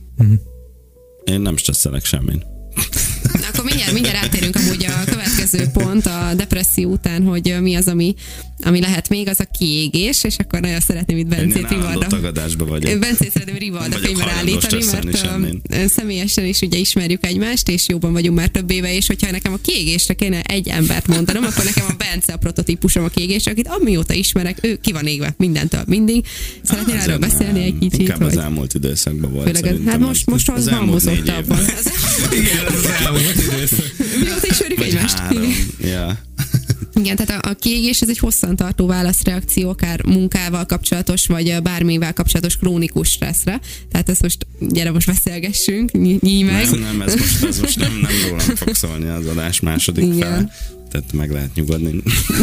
Én nem stresszelek semmin. Na, akkor mindjárt, mindjárt áttérünk amúgy a következő pont a depresszió után, hogy mi az, ami, ami lehet még, az a kiégés, és akkor nagyon szeretném itt Bencét Rivalda. tagadásba vagyok. Bencét szeretném Rivalda fényben állítani, mert személyesen is ugye ismerjük egymást, és jóban vagyunk már több éve, és hogyha nekem a kiégésre kéne egy embert mondanom, akkor nekem a Bence a prototípusom a kiégésre, akit amióta ismerek, ő ki van égve mindentől mindig. Szeretnél erről beszélni egy kicsit? Inkább az elmúlt időszakban volt. Főleg, hát most, most az halmozottabban. Igen, az elmúlt időszak. Mióta ismerjük egymást? Ja. Igen, tehát a, a kiégés ez egy hosszantartó válaszreakció, akár munkával kapcsolatos, vagy bármivel kapcsolatos krónikus stresszre. Tehát ezt most, gyere most beszélgessünk, nyíj meg. Nem, nem, ez most, ez most nem, nem rólam fog szólni az adás második igen. fel. Tehát meg lehet nyugodni.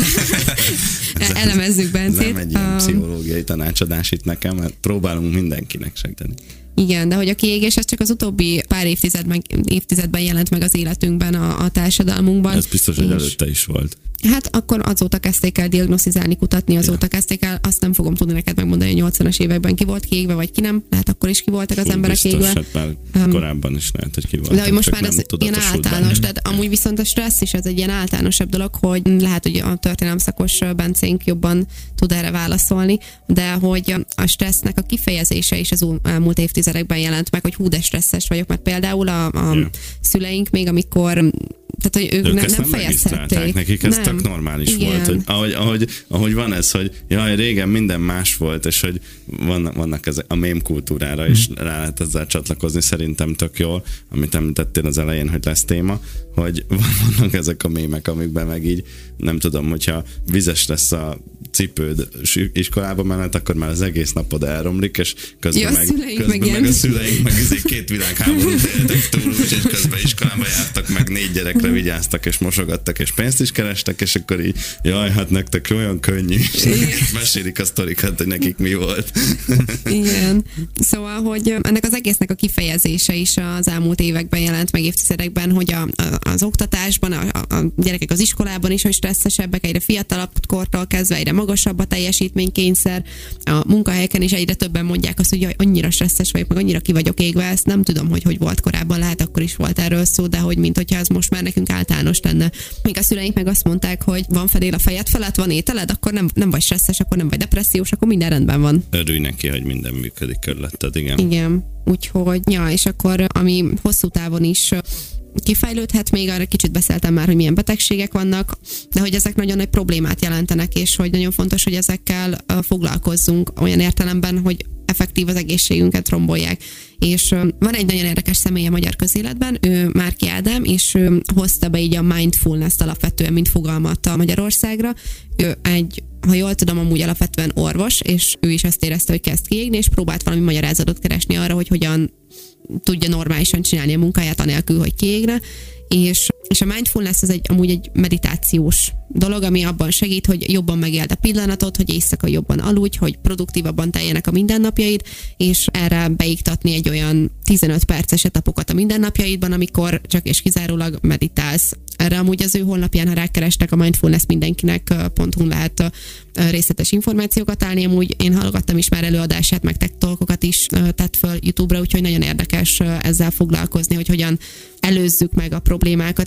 Elemezzük Bencét. Nem egy ilyen pszichológiai tanácsadás itt nekem, mert próbálunk mindenkinek segíteni. Igen, de hogy a kiégés az csak az utóbbi pár évtizedben, évtizedben jelent meg az életünkben, a, a társadalmunkban. Ez biztos, hogy előtte is volt. Hát akkor azóta kezdték el diagnosztizálni, kutatni, azóta ja. kezdték el, azt nem fogom tudni neked megmondani, hogy nyolcvanas években ki volt kiégve, vagy ki nem, lehet akkor is ki voltak az Hú, emberek biztos, égve. Hát már um, korábban is lehet, hogy ki voltak. De hogy most már ez ilyen általános, benne. tehát amúgy viszont a stressz is ez egy ilyen általánosabb dolog, hogy lehet, hogy a történelemszakos Bencénk jobban tud erre válaszolni, de hogy a stressznek a kifejezése is az elmúlt évtizedekben jelent meg, hogy hú, de stresszes vagyok, mert például a, a yeah. szüleink még, amikor tehát, hogy ők, ők nem, nem fejezhették. Nekik ez tök normális igen. volt, hogy ahogy, ahogy, ahogy van ez, hogy jaj, régen minden más volt, és hogy vannak, vannak ezek a mém kultúrára is hmm. rá lehet ezzel csatlakozni, szerintem tök jól, amit említettél az elején, hogy lesz téma, hogy vannak ezek a mémek, amikben meg így, nem tudom, hogyha vizes lesz a cipőd iskolába mellett, akkor már az egész napod elromlik, és közben, ja, meg, közben meg, meg a szüleink meg ezért két világháborút éltek túl, úgyhogy közben iskolába jártak, meg négy gyerekre vigyáztak, és mosogattak, és pénzt is kerestek, és akkor így, jaj, hát nektek olyan könnyű, és mesélik a sztorikat, hogy nekik mi volt. Igen. Szóval, hogy ennek az egésznek a kifejezése is az elmúlt években jelent meg évtizedekben, hogy a, a, az oktatásban, a, a gyerekek az iskolában is, hogy stresszesebbek, egyre fiatalabb kortól kezdve, egyre magasabb a teljesítménykényszer, a munkahelyeken is egyre többen mondják azt, hogy jaj, annyira stresszes vagyok, meg annyira ki vagyok égve, ezt nem tudom, hogy hogy volt korábban, lehet akkor is volt erről szó, de hogy mint hogyha ez most már nekünk általános lenne. Míg a szüleink meg azt mondták, hogy van fedél a fejed felett, van ételed, akkor nem, nem vagy stresszes, akkor nem vagy depressziós, akkor minden rendben van. Örülj neki, hogy minden működik körülötted, igen. Igen, úgyhogy, ja, és akkor ami hosszú távon is kifejlődhet, még arra kicsit beszéltem már, hogy milyen betegségek vannak, de hogy ezek nagyon nagy problémát jelentenek, és hogy nagyon fontos, hogy ezekkel foglalkozzunk olyan értelemben, hogy effektív az egészségünket rombolják. És van egy nagyon érdekes személy a magyar közéletben, ő Márki Ádám, és ő hozta be így a mindfulness-t alapvetően, mint fogalmat a Magyarországra. Ő egy, ha jól tudom, amúgy alapvetően orvos, és ő is azt érezte, hogy kezd kiégni, és próbált valami magyarázatot keresni arra, hogy hogyan tudja normálisan csinálni a munkáját anélkül, hogy kiégne, és, és a mindfulness az egy, amúgy egy meditációs dolog, ami abban segít, hogy jobban megéld a pillanatot, hogy éjszaka jobban aludj, hogy produktívabban teljenek a mindennapjaid, és erre beiktatni egy olyan tizenöt perces etapokat a mindennapjaidban, amikor csak és kizárólag meditálsz. Erre amúgy az ő honlapján, ha rákerestek a mindfulness mindenkinek pont hu lehet részletes információkat állni. Amúgy én hallgattam is már előadását, meg tech talkokat is tett föl YouTube-ra, úgyhogy nagyon érdekes ezzel foglalkozni, hogy hogyan előzzük meg a problémákat, és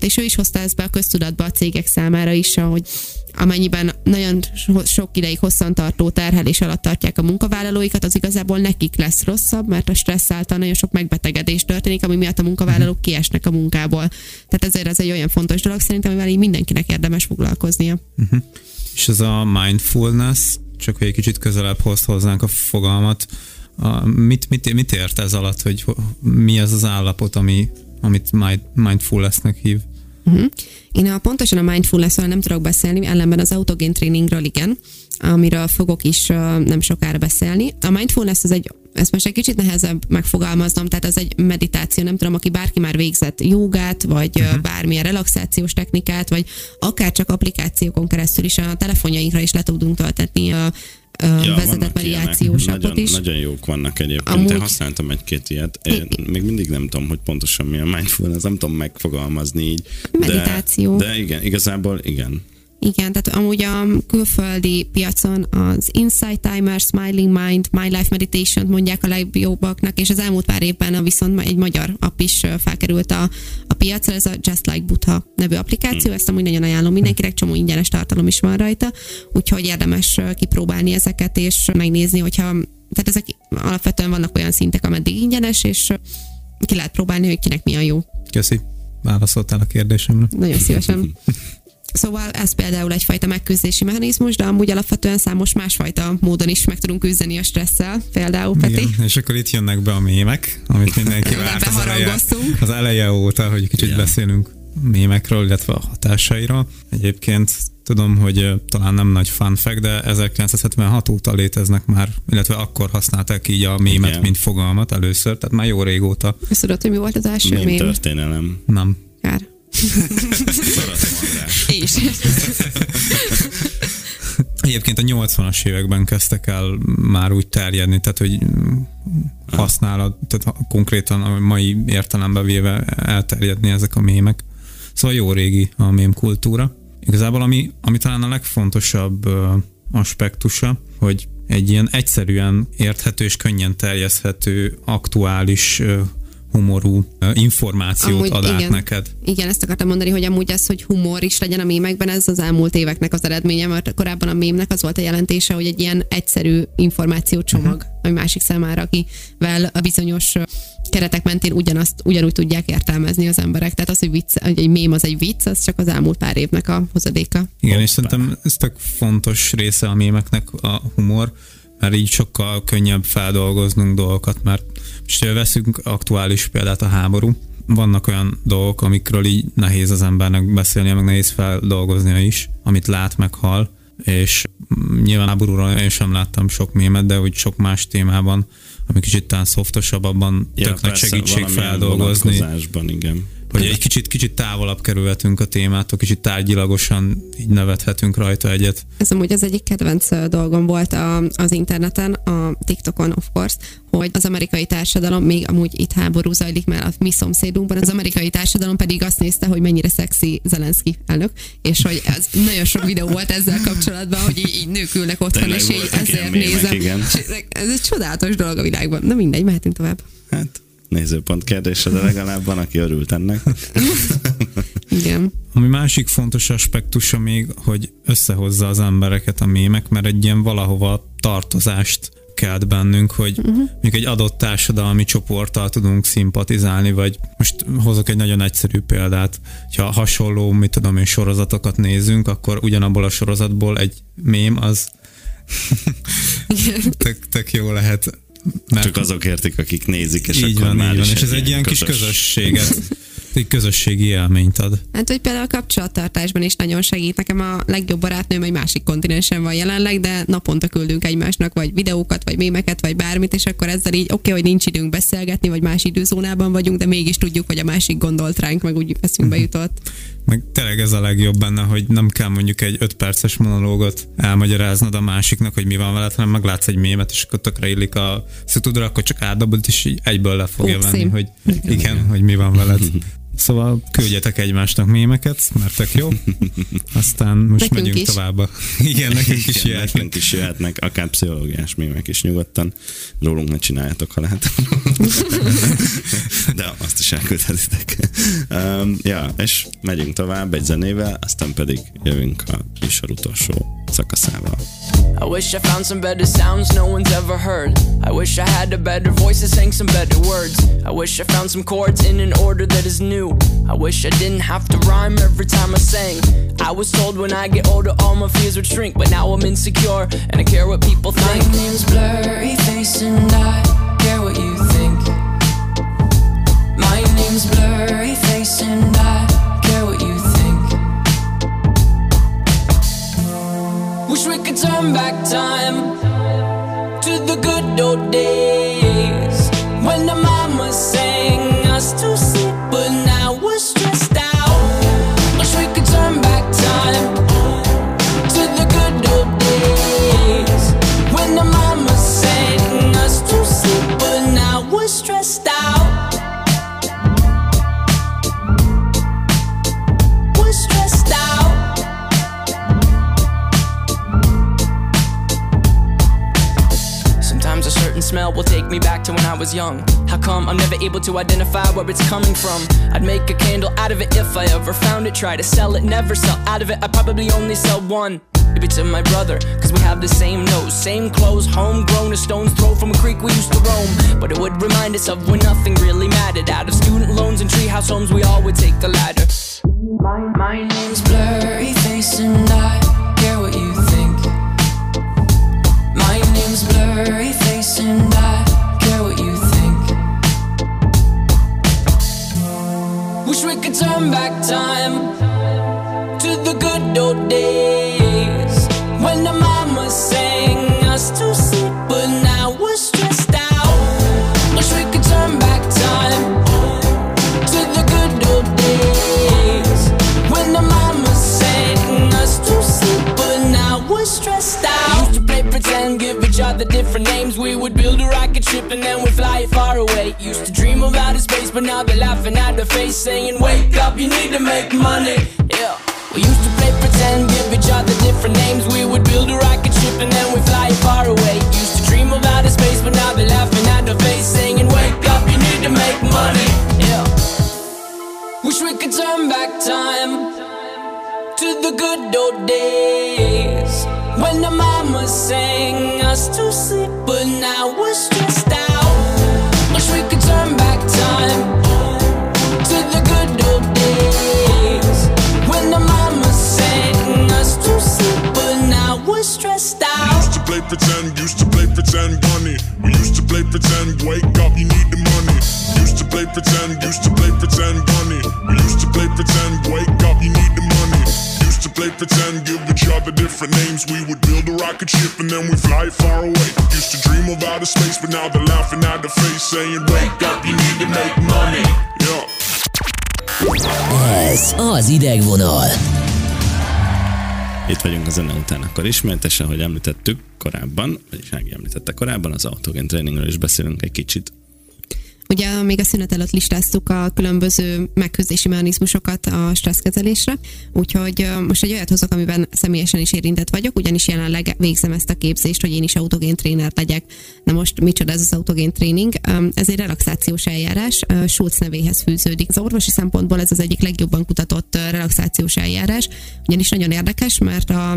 és ő is hozta ezt be a köztudatba a cégek számára is, hogy amennyiben nagyon sok ideig hosszantartó terhelés alatt tartják a munkavállalóikat, az igazából nekik lesz rosszabb, mert a stressz által nagyon sok megbetegedés történik, ami miatt a munkavállalók kiesnek a munkából. Tehát ezért ez egy olyan fontos dolog szerintem, amivel így mindenkinek érdemes foglalkoznia. Uh-huh. És ez a mindfulness, csak hogy egy kicsit közelebb hoz hozzánk a fogalmat, a, mit, mit, mit ért ez alatt, hogy mi az az állapot, ami, amit mindfulnessnek hív? Uh-huh. Én a, pontosan a mindfulness-ről nem tudok beszélni, ellenben az autogén tréningről igen, amiről fogok is uh, nem sokára beszélni. A mindfulness az egy, ezt most egy kicsit nehezebb megfogalmaznom, tehát ez egy meditáció, nem tudom, aki bárki már végzett jogát, vagy uh-huh. bármilyen relaxációs technikát, vagy akár csak applikációkon keresztül is a telefonjainkra is le tudunk töltetni a Ja, vezetett mediációs appot is. Nagyon jók vannak egyébként. Amúgy... Én használtam egy-két ilyet. Én még mindig nem tudom, hogy pontosan mi a mindfulness, nem tudom megfogalmazni így. Meditáció. De, de igen, igazából igen. Igen, tehát amúgy a külföldi piacon az Insight Timer, Smiling Mind, My Life Meditation mondják a legjobbaknak, és az elmúlt pár évben viszont egy magyar app is felkerült a, a piacra, ez a Just Like Buddha nevű applikáció, ezt amúgy nagyon ajánlom mindenkinek, csomó ingyenes tartalom is van rajta, úgyhogy érdemes kipróbálni ezeket, és megnézni, hogyha, tehát ezek alapvetően vannak olyan szintek, ameddig ingyenes, és ki lehet próbálni, hogy kinek mi a jó. Köszi, válaszoltál a kérdésemre. Nagyon szívesen. Szóval ez például egyfajta megküzdési mechanizmus, de amúgy alapvetően számos másfajta módon is meg tudunk küzdeni a stresszel, például, Peti. Igen, és akkor itt jönnek be a mémek, amit mindenki várt az eleje, az eleje óta, hogy kicsit igen. beszélünk mémekről, illetve a hatásairól. Egyébként tudom, hogy talán nem nagy fun fact, de ezerkilencszázhetvenhat óta léteznek már, illetve akkor használták így a mémet, igen. mint fogalmat először, tehát már jó régóta. Ezt tudod, hogy mi volt az első mém? Mém történelem. Nem. Kár. És. Egyébként a nyolcvanas években kezdtek el már úgy terjedni, tehát hogy használat, tehát konkrétan a mai értelembe véve elterjedni ezek a mémek. Szóval jó régi a mém kultúra. Igazából ami, ami talán a legfontosabb uh, aspektusa, hogy egy ilyen egyszerűen érthető és könnyen terjeszthető, aktuális uh, humorú információt amúgy ad át igen, neked. Igen, ezt akartam mondani, hogy amúgy ez, hogy humor is legyen a mémekben, ez az elmúlt éveknek az eredménye, mert korábban a mémnek az volt a jelentése, hogy egy ilyen egyszerű információcsomag, uh-huh. ami másik számára, akivel a bizonyos keretek mentén ugyanazt, ugyanúgy tudják értelmezni az emberek. Tehát az, hogy, vicc, hogy egy mém az egy vicc, az csak az elmúlt pár évnek a hozadéka. Igen, Hoppá. És szerintem ez tök fontos része a mémeknek a humor, mert így sokkal könnyebb feldolgoznunk dolgokat, mert most veszünk aktuális példát, a háború. Vannak olyan dolgok, amikről így nehéz az embernek beszélnie, meg nehéz feldolgoznia is, amit lát, meg hall, és nyilván háborúról én sem láttam sok mémet, de úgy sok más témában, ami kicsit talán szoftosabb, abban ja, tök nagy segítség feldolgozni. Igen. Hogy egy kicsit, kicsit távolabb kerülhetünk a témától, kicsit tárgyilagosan így nevethetünk rajta egyet. Ez amúgy az egyik kedvenc dolgom volt a, az interneten, a TikTokon of course, hogy az amerikai társadalom, még amúgy itt háború zajlik már a mi szomszédunkban, az amerikai társadalom pedig azt nézte, hogy mennyire szexi Zelenszky elnök, és hogy ez nagyon sok videó volt ezzel kapcsolatban, hogy így, így nők ülnek otthon, tényleg és így ezért nézem. Igen. Ez egy csodálatos dolog a világban. Na mindegy, mehetünk tovább. Hát... nézőpont kérdése, de legalább van, aki örült ennek. Igen. Ami másik fontos aspektusa még, hogy összehozza az embereket a mémek, mert egy ilyen valahova tartozást kelt bennünk, hogy uh-huh. még egy adott társadalmi csoporttal tudunk szimpatizálni, vagy most hozok egy nagyon egyszerű példát, ha hasonló, mit tudom én, sorozatokat nézünk, akkor ugyanabból a sorozatból egy mém az tök, tök jó lehet. Mert csak azok értik, akik nézik, és így akkor van, már így van. is És ez egy ilyen közös... kis közösséget, egy közösségi élményt ad. Hát, hogy például a kapcsolattartásban is nagyon segít. Nekem a legjobb barátnőm egy másik kontinensen van jelenleg, de naponta küldünk egymásnak vagy videókat, vagy mémeket, vagy bármit, és akkor ezzel így oké, okay, hogy nincs időnk beszélgetni, vagy más időzónában vagyunk, de mégis tudjuk, hogy a másik gondolt ránk, meg úgy eszünkbe jutott. Meg tényleg ez a legjobb benne, hogy nem kell mondjuk egy öt perces monológot elmagyaráznod a másiknak, hogy mi van veled, hanem meglátsz egy mémet, és akkor tökre illik a szutudra, akkor csak átdobod, és így egyből le fogja Ó, venni, szín. hogy igen, igen, hogy mi van veled. Szóval küldjetek egymásnak mémeket, mert tök jó. Aztán most nekünk megyünk is. tovább. Igen, nekünk is Igen, jöhetnek. nekünk is jöhetnek, akár pszichológiás mémek is nyugodtan. Rólunk ne csináljátok, ha lehet. De azt is elküldhetitek. Um, ja, és megyünk tovább egy zenével, aztán pedig jövünk a műsor utolsó szakaszával. I wish I found some better sounds no one's ever heard. I wish I had a better voice that sang some better words. I wish I found some chords in an order that is new. I wish I didn't have to rhyme every time I sang. I was told when I get older all my fears would shrink, but now I'm insecure and I care what people think. My name's Blurry Face and I care what you think. My name's Blurry Face and I care what you think. Wish we could turn back time to the good old days when the mama sang us to sleep, but now we're stressed out. Wish we could turn back time to the good old days when the mama sang us to sleep, but now we're stressed out. We're stressed out. Sometimes a certain smell will take me back to when I was young. How come I'm never able to identify where it's coming from? I'd make a candle out of it if I ever found it. Try to sell it, never sell out of it. I'd probably only sell one. Maybe to my brother, cause we have the same nose, same clothes, homegrown, a stone's throw from a creek we used to roam. But it would remind us of when nothing really mattered. Out of student loans and treehouse homes, we all would take the ladder. My, my name's Blurry Face and I care what you think. My name's Blurry Face and I care what you think. Wish we could turn back time to the good old days when the mama sang us to sleep, but now we're stressed out. Wish we could turn back time to the good old days when the mama sang us to sleep, but now we're stressed out. Used to play pretend, give each other different names. We would build a rocket ship and then we'd fly it far away. Used to dream of outer space, but now they're laughing at the face, saying, wake up, you need to make money. Yeah. We used to play pretend, give each other different names. We would build a rocket ship and then we'd fly it far away. Used to dream of outer space, but now they're laughing at the face, saying, wake up, you need to make money. Yeah. Wish we could turn back time to the good old days when the mama sang us to sleep, but now we're stressed out. Wish we could turn back time to the good old days when the mama sang us to sleep, but now we're stressed out. Used to play pretend, used to play pretend, bunny. We used to play pretend, wake up, you need the money. Used to play pretend, used to play pretend, bunny. We used to play pretend, wake up, you need the money. Used to play pretend, give each other different names. We would build a rocket ship and then we fly it far away. Used to dream of outer space, but now they're laughing at the face, saying, wake up, you need to make money. Yeah. Ez az idegvonal. Itt vagyunk a zene után akkor ismétesen, ahogy említettük korábban, vagyis Ági említette korábban, az autogén tréningről is beszélünk egy kicsit. Ugye még a szünet előtt listáztuk a különböző megküzdési mechanizmusokat a stresszkezelésre, úgyhogy most egy olyat hozok, amiben személyesen is érintett vagyok, ugyanis jelenleg végzem ezt a képzést, hogy én is autogén tréner legyek. Na most micsoda ez az autogén tréning? Ez egy relaxációs eljárás, Schultz nevéhez fűződik. Az orvosi szempontból ez az egyik legjobban kutatott relaxációs eljárás, ugyanis nagyon érdekes, mert a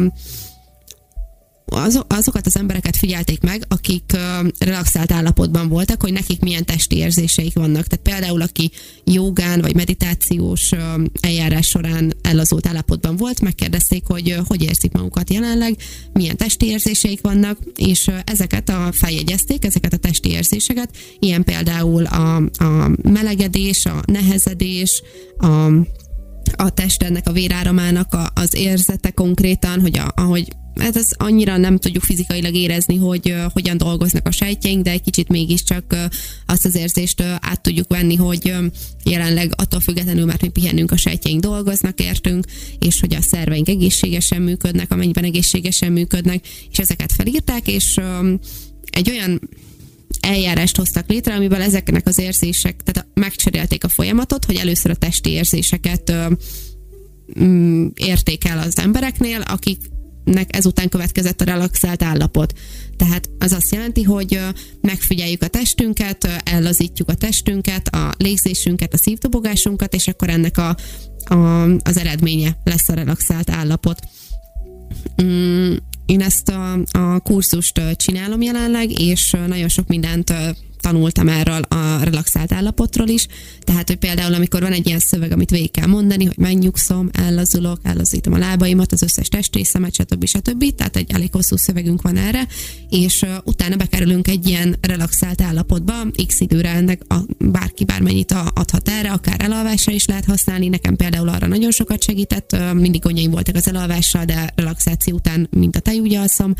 azokat az embereket figyelték meg, akik uh, relaxált állapotban voltak, hogy nekik milyen testi érzéseik vannak. Tehát például, aki jogán vagy meditációs uh, eljárás során ellazult állapotban volt, megkérdezték, hogy uh, hogy érzik magukat jelenleg, milyen testi érzéseik vannak, és uh, ezeket a feljegyezték, ezeket a testi érzéseket, ilyen például a, a melegedés, a nehezedés, a a test ennek a véráramának a, az érzete konkrétan, hogy a, ahogy hát ez annyira nem tudjuk fizikailag érezni, hogy uh, hogyan dolgoznak a sejtjeink, de egy kicsit mégiscsak uh, azt az érzést uh, át tudjuk venni, hogy uh, jelenleg attól függetlenül, mert mi pihenünk, a sejtjeink dolgoznak értünk, és hogy a szerveink egészségesen működnek, amennyiben egészségesen működnek, és ezeket felírták, és um, egy olyan eljárást hoztak létre, amivel ezeknek az érzések, tehát megcserélték a folyamatot, hogy először a testi érzéseket ö, mm, érték el az embereknél, akiknek ezután következett a relaxált állapot. Tehát az azt jelenti, hogy megfigyeljük a testünket, ellazítjuk a testünket, a légzésünket, a szívdobogásunkat, és akkor ennek a, a, az eredménye lesz a relaxált állapot. Mm, én ezt a, a kurzust csinálom jelenleg, és nagyon sok mindent tanultam erről a relaxált állapotról is. Tehát, hogy például amikor van egy ilyen szöveg, amit végig kell mondani, hogy megnyugszom, ellazulok, ellazítom a lábaimat, az összes testrészemet, stb. stb. Tehát egy elég hosszú szövegünk van erre, és uh, utána bekerülünk egy ilyen relaxált állapotba, x időre ennek a, bárki bármennyit adhat erre, akár elalvásra is lehet használni. Nekem például arra nagyon sokat segített, uh, mindig gondjaim voltak az elalvással, de relaxáció után mint a tej úgy alszom,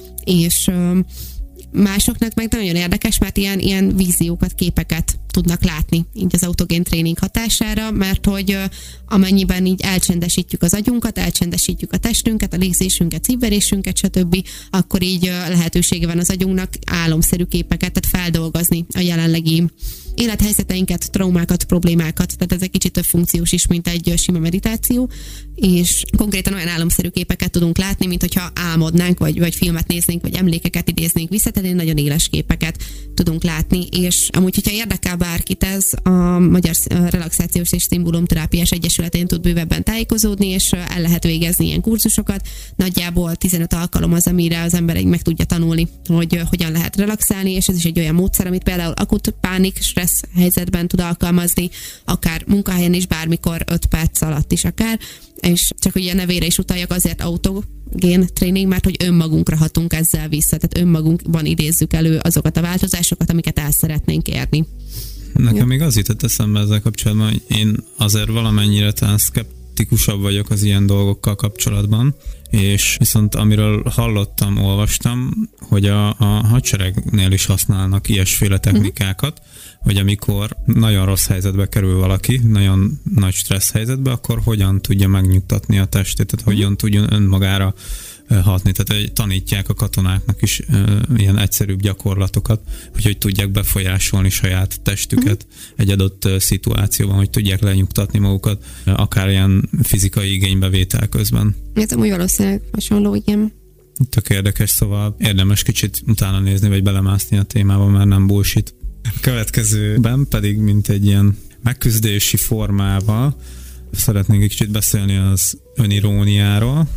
és uh, másoknak meg nagyon érdekes, mert ilyen, ilyen víziókat, képeket tudnak látni így az autogén tréning hatására, mert hogy amennyiben így elcsendesítjük az agyunkat, elcsendesítjük a testünket, a légzésünket, szívverésünket, stb., akkor így lehetősége van az agyunknak álomszerű képeket, tehát feldolgozni a jelenlegi élethelyzeteinket, traumákat, problémákat, tehát ez egy kicsit több funkciós is, mint egy sima meditáció, és konkrétan olyan álomszerű képeket tudunk látni, mint hogyha álmodnánk, vagy, vagy filmet néznénk, vagy emlékeket idéznénk vissza, tehát nagyon éles képeket tudunk látni, és amúgy, hogyha érdekel bárkit ez, a Magyar Relaxációs és Szimbólumterápiás Egyesületén tud bővebben tájékozódni, és el lehet végezni ilyen kurzusokat. Nagyjából tizenöt alkalom az, amire az ember meg tudja tanulni, hogy hogyan lehet relaxálni, és ez is egy olyan módszer, amit például akut pánik, stressz helyzetben tud alkalmazni, akár munkahelyen is, bármikor öt perc alatt is akár, és csak ugye a nevére is utaljak, azért autogén tréning, mert hogy önmagunkra hatunk ezzel vissza, tehát önmagunkban idézzük elő azokat a változásokat, amiket el szeretnénk érni. Nekem ja. még az jutott eszembe ezzel kapcsolatban, hogy én azért valamennyire talán szkeptikusabb vagyok az ilyen dolgokkal kapcsolatban, és viszont amiről hallottam, olvastam, hogy a, a hadseregnél is használnak ilyesféle technikákat, uh-huh. hogy amikor nagyon rossz helyzetbe kerül valaki, nagyon nagy stressz helyzetbe, akkor hogyan tudja megnyugtatni a testét, tehát hogyan uh-huh. tudjon önmagára hatni. Tehát tanítják a katonáknak is uh, ilyen egyszerűbb gyakorlatokat, hogy hogy tudják befolyásolni saját testüket uh-huh. egy adott uh, szituációban, hogy tudják lenyugtatni magukat, uh, akár ilyen fizikai igénybevétel közben. Ez amúgy valószínűleg hasonló, igen. Tök érdekes, szóval érdemes kicsit utána nézni, vagy belemászni a témába, mert nem bullshit. A következőben pedig, mint egy ilyen megküzdési formával, szeretnénk egy kicsit beszélni az öniróniáról.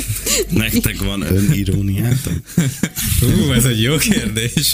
Nektek van öniróniátok? Hú, ez egy jó kérdés.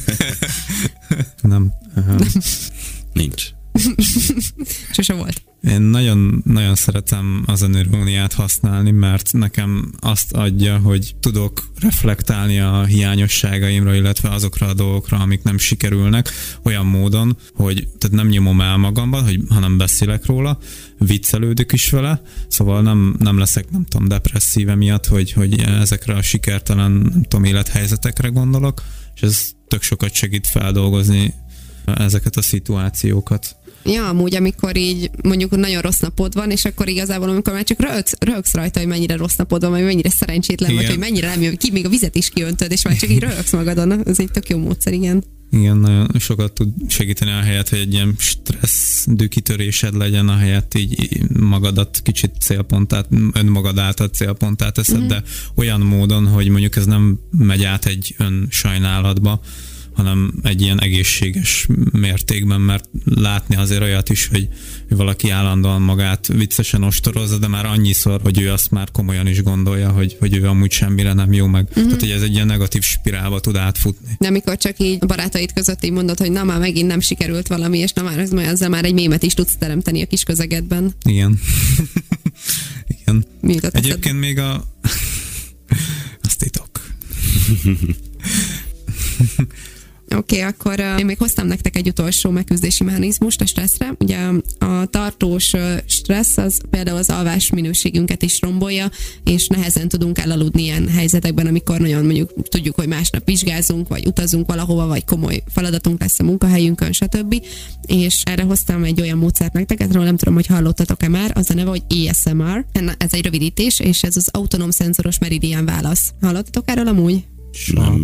Nem. Uh, Nincs. Sose volt. Én nagyon, nagyon szeretem az öniróniát használni, mert nekem azt adja, hogy tudok reflektálni a hiányosságaimra, illetve azokra a dolgokra, amik nem sikerülnek, olyan módon, hogy tehát nem nyomom el magamba, hogy, hanem beszélek róla, viccelődök is vele, szóval nem, nem leszek, nem tudom, depresszíve miatt, hogy, hogy ezekre a sikertelen, nem tudom, élethelyzetekre gondolok, és ez tök sokat segít feldolgozni ezeket a szituációkat. Ja, amúgy, amikor így mondjuk nagyon rossz napod van, és akkor igazából, amikor már csak röhögsz, röhögsz rajta, hogy mennyire rossz napod van, vagy mennyire szerencsétlen igen. vagy, hogy mennyire nem jön ki, még a vizet is kiöntöd, és már csak így röhögsz magadon. Ez egy tök jó módszer, igen. Igen, nagyon sokat tud segíteni a helyet, hogy egy ilyen stressz dűkitörésed legyen, a helyet így magadat kicsit célpontát, önmagad által célpontát teszed, mm-hmm. de olyan módon, hogy mondjuk ez nem megy át egy önsajnálatba, hanem egy ilyen egészséges mértékben, mert látni azért olyat is, hogy valaki állandóan magát viccesen ostorozza, de már annyiszor, hogy ő azt már komolyan is gondolja, hogy, hogy ő amúgy semmire nem jó meg. Uh-huh. Tehát, hogy ez egy ilyen negatív spirálba tud átfutni. De amikor csak így a barátaid között így mondod, hogy na már megint nem sikerült valami, és na már ezzel már egy mémet is tudsz teremteni a kis közegedben. Igen. Igen. Mi jutott Egyébként eszed? még a... Azt titok. Oké, okay, akkor uh, én még hoztam nektek egy utolsó megküzdési mechanizmust a stresszre. Ugye a tartós uh, stressz az például az alvás minőségünket is rombolja, és nehezen tudunk elaludni ilyen helyzetekben, amikor nagyon mondjuk tudjuk, hogy másnap vizsgázunk, vagy utazunk valahova, vagy komoly feladatunk lesz a munkahelyünkön, stb. És erre hoztam egy olyan módszert nektek, erről nem tudom, hogy hallottatok-e már, az a neve, hogy á es em er. Ez egy rövidítés, és ez az autonóm szenzoros meridián válasz. Hallottatok erről amúgy? Nem még.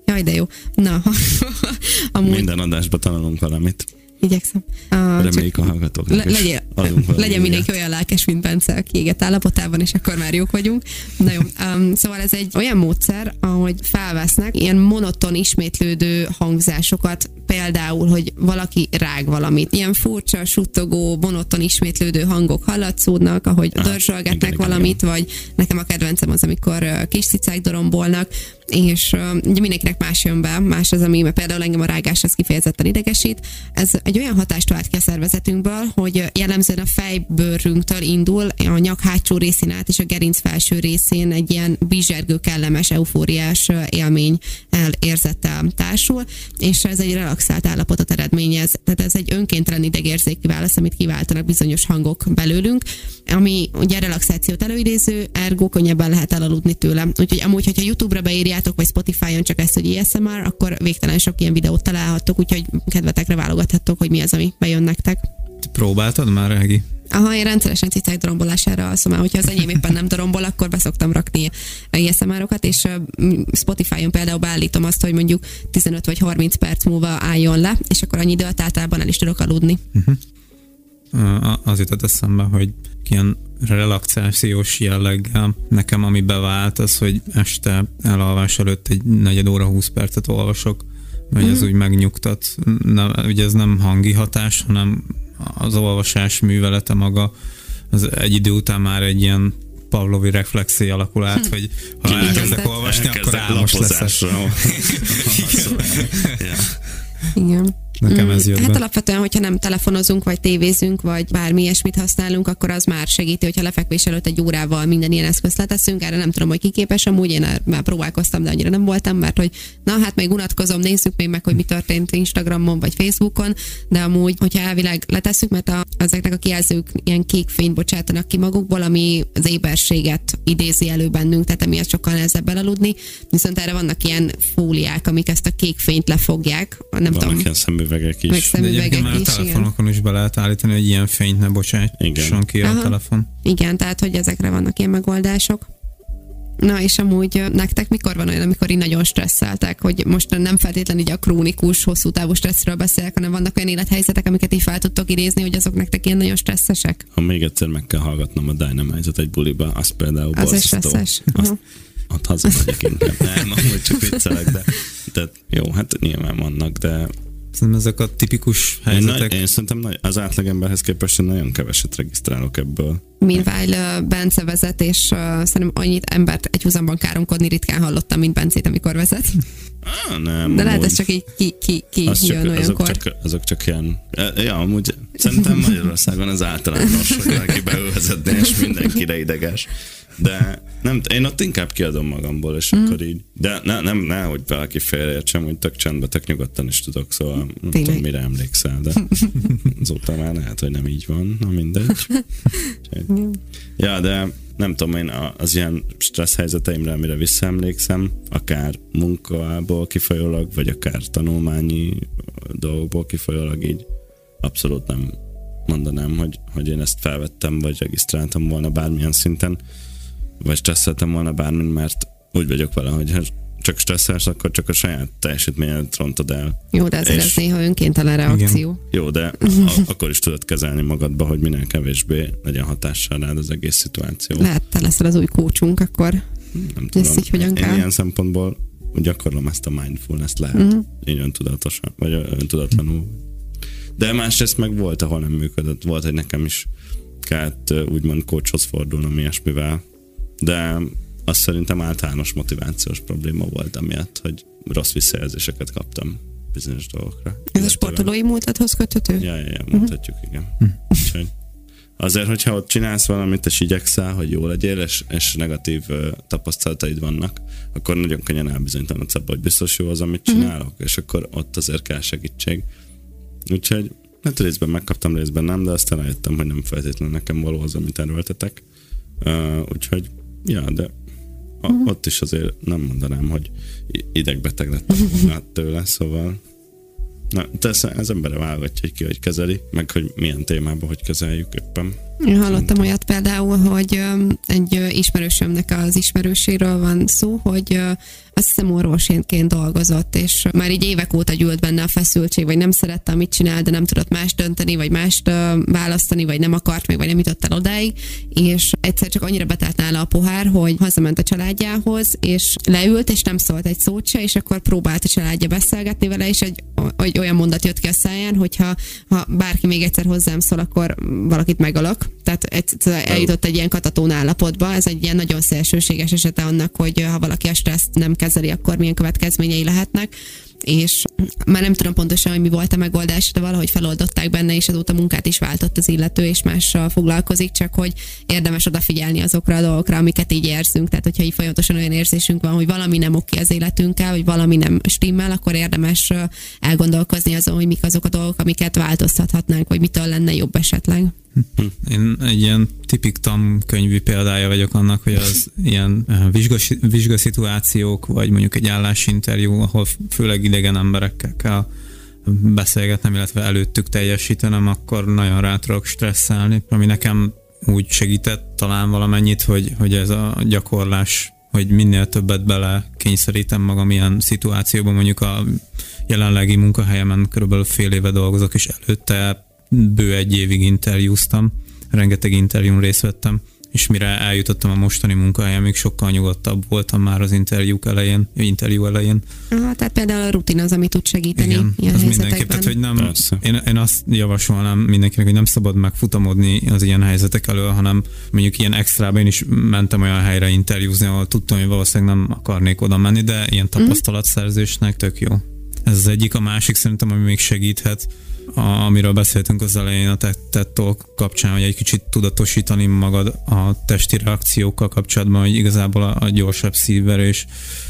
Jaj, de jó. Na, amúgy... Minden adásban tanulunk valamit. Igyekszem. Uh, Reméljük a hallgatóknak le, legyen, legyen mindenki olyan lelkes, mint Bence, aki égett állapotában, és akkor már jók vagyunk. Na jó, um, szóval ez egy olyan módszer, ahogy felvesznek ilyen monoton ismétlődő hangzásokat, például, hogy valaki rág valamit. Ilyen furcsa, suttogó, monoton ismétlődő hangok hallatszódnak, ahogy ah, dörzsölgetnek igen, valamit, igen. Vagy nekem a kedvencem az, amikor uh, kis cicák dorombolnak, és uh, ugye mindenkinek más jön be, más az, ami például engem a rágás az kifejezetten idegesít. Ez egy olyan hatást vált ki a szervezetünkből, hogy jellemzően a fejbőrünktől indul, a nyak hátsó részén át és a gerinc felső részén egy ilyen bizsergő, kellemes, eufóriás élmény érzettel társul, és ez egy relaxált állapotot eredményez. Tehát ez egy önkéntelen idegérzéki válasz, amit kiváltanak bizonyos hangok belőlünk, ami ugye relaxációt előidéző, ergo könnyebben lehet elaludni tőle. Úgyhogy amúgy, hogyha YouTube-ra beírjátok, vagy Spotify-on csak ezt, hogy á es em er, akkor végtelen sok ilyen videót találhattok, úgyhogy kedvetekre válogathattok, hogy mi az, ami bejön nektek. Próbáltad már, Regi? Aha, én rendszeresen cicák dorombolására alszom, már hogyha az enyém éppen nem dorombol, akkor beszoktam rakni á es em er-okat, és Spotify-on például beállítom azt, hogy mondjuk tizenöt vagy harminc perc múlva álljon le, és akkor annyi időt általában el is tudok aludni. Uh-huh. Az jutott eszembe, hogy ilyen relaxációs jelleggel nekem ami bevált az, hogy este elalvás előtt egy negyed óra, húsz percet olvasok, hogy ez úgy megnyugtat. Nem, ugye ez nem hangi hatás, hanem az olvasás művelete maga, az egy idő után már egy ilyen pavlovi reflexé alakul át, hogy ha elkezdek olvasni, akkor álmos leszek. Igen. Nekem ez jött Hát be. alapvetően, hogyha nem telefonozunk, vagy tévézünk, vagy bármi ilyesmit használunk, akkor az már segíti, hogyha lefekvés előtt egy órával minden ilyen eszközt leteszünk. Erre nem tudom, hogy ki képes, amúgy én már próbálkoztam, de annyira nem voltam, mert hogy na hát még unatkozom, nézzük még meg, hogy mi történt Instagramon, vagy Facebookon, de amúgy, hogyha elvileg letesszük, mert a, ezeknek a kijelzők ilyen kék fényt bocsátanak ki magukból, ami az éberséget idézi elő bennünk, tehát emiatt sokkal nehezebb elaludni, viszont erre vannak ilyen fóliák, amik ezt a kék fényt lefogják. Nem vannak tudom. Ilyen szemüvegek is. Meg szemüvegek de is, a telefonokon is be lehet állítani, hogy ilyen fényt ne bocsátson ki a Aha. telefon. Igen, tehát, hogy ezekre vannak ilyen megoldások. Na, és amúgy nektek mikor van olyan, amikor így nagyon stresszeltek, hogy most nem feltétlenül így a krónikus, hosszú távú stresszről beszélek, hanem vannak olyan élethelyzetek, amiket így fel tudtok idézni, hogy azok nektek ilyen nagyon stresszesek? Ha még egyszer meg kell hallgatnom a Dynamite-ot egy buliba, az például az borzasztó. Az stresszes. Azt, ott hazamegyek inkább. Nem, amúgy csak viccelek, de, de jó, hát nyilván vannak, de Szerintem ezek a tipikus helyzetek. Én, én szerintem nagy, az átlagemberhez képest nagyon keveset regisztrálok ebből. Meanwhile Bence vezet, és uh, szerintem annyit embert egy húzamban káromkodni ritkán hallottam, mint Bencét, amikor vezet. Ah, nem, de lehet, ez csak így ki, ki, ki az jön csak, olyankor. Azok csak, azok csak ilyen... Ja, amúgy szerintem Magyarországon az általános, hogy valaki beülvezetni, és mindenkire ideges. De nem, én ott inkább kiadom magamból, és mm. akkor így... De ne, nem, nehogy valaki félreértsem, hogy tök csendben, tök nyugodtan is tudok, szóval nem Tényleg. tudom, mire emlékszel, de azóta már lehet, hogy nem így van, na mindegy. Ja, de nem tudom, én az ilyen stressz helyzeteimre, amire visszaemlékszem, akár munkából kifolyólag, vagy akár tanulmányi dolgokból kifolyólag így abszolút nem mondanám, hogy, hogy én ezt felvettem, vagy regisztráltam volna bármilyen szinten, vagy stresszeltem volna bármin, mert úgy vagyok vele, hogy ha csak stresszelsz, akkor csak a saját teljesítményet rontod el. Jó, de ezért ez néha önkéntelen reakció. Igen. Jó, de a, akkor is tudod kezelni magadba, hogy minél kevésbé legyen hatással rád az egész szituáció. Lehet, te leszel az új coachunk, akkor nem tudom. így, hogyan én kell. Ilyen szempontból gyakorlom ezt a mindfulness-t lehet, uh-huh. így öntudatosan, vagy öntudatlanul. De másrészt meg volt, ahol nem működött. Volt, hogy nekem is kellett úgymond coachhoz fordulnom ilyesmivel, de azt szerintem általános motivációs probléma volt amiatt, hogy rossz visszajelzéseket kaptam bizonyos dolgokra. Ez a sportolói múltadhoz köthető? Ja, ja, ja, mondhatjuk, uh-huh. igen. Uh-huh. Azért, hogyha ott csinálsz valamit, és igyekszel, hogy jó legyél, és, és negatív uh, tapasztalataid vannak, akkor nagyon könnyen elbizonytalanodsz abba, hogy biztos jó az, amit csinálok, uh-huh. és akkor ott azért kell segítség. Úgyhogy hát részben megkaptam, részben nem, de aztán rájöttem, hogy nem feltétlenül nekem való az, amit erőltetek. Uh, úgyhogy, ja, de a, uh-huh. ott is azért nem mondanám, hogy idegbeteg lettem volna tőle, szóval na, ez, ez embere válogatja, hogy ki hogy kezeli, meg hogy milyen témában hogy kezeljük éppen. Én hallottam olyat például, hogy egy ismerősömnek az ismerőséről van szó, hogy azt hiszem orvosként dolgozott, és már így évek óta gyűlt benne a feszültség, vagy nem szerette, amit csinál, de nem tudott mást dönteni, vagy mást választani, vagy nem akart még, vagy nem jutott el odáig, és egyszer csak annyira betelt nála a pohár, hogy hazament a családjához, és leült, és nem szólt egy szót se, és akkor próbált a családja beszélgetni vele, és egy, egy olyan mondat jött ki a száján, hogyha ha bárki még egyszer hozzám szól, akkor valakit megalak. Tehát eljutott egy ilyen katatón állapotba, ez egy ilyen nagyon szélsőséges esete annak, hogy ha valaki a stresszt nem kezeli, akkor milyen következményei lehetnek, és már nem tudom pontosan, hogy mi volt a megoldás, de valahogy feloldották benne, és azóta munkát is váltott az illető, és mással foglalkozik, csak hogy érdemes odafigyelni azokra a dolgokra, amiket így érzünk. Tehát, hogyha így folyamatosan olyan érzésünk van, hogy valami nem oké az életünkkel, vagy valami nem stimmel, akkor érdemes elgondolkozni azon, hogy mik azok a dolgok, amiket változtathatnánk, vagy mitől lenne jobb esetleg. Én egy ilyen tipik tankönyvi példája vagyok annak, hogy az ilyen vizsgas, vizsgaszituációk, vagy mondjuk egy állásinterjú, ahol főleg idegen emberekkel kell beszélgetnem, illetve előttük teljesítenem, akkor nagyon rá tudok stresszelni, ami nekem úgy segített talán valamennyit, hogy, hogy ez a gyakorlás, hogy minél többet bele kényszerítem magam ilyen szituációban, mondjuk a jelenlegi munkahelyemen körülbelül fél éve dolgozok, és előtte bő egy évig interjúztam, rengeteg interjún részt vettem, és mire eljutottam a mostani munkahelyemig, sokkal nyugodtabb voltam már az interjúk elején, interjú elején. Aha, tehát például a rutin az, ami tud segíteni. Igen, ilyen az mindenképp, tehát hogy nem, én, én azt javasolnám mindenkinek, hogy nem szabad megfutamodni az ilyen helyzetek elől, hanem mondjuk ilyen extrában én is mentem olyan helyre interjúzni, ahol tudtam, hogy valószínűleg nem akarnék oda menni, de ilyen tapasztalatszerzésnek tök jó. Ez az egyik, a másik szerintem, ami még segíthet, a, amiről beszéltünk az elején a TED Talk kapcsán, hogy egy kicsit tudatosítani magad a testi reakciókkal kapcsolatban, hogy igazából a, a gyorsabb szívverés,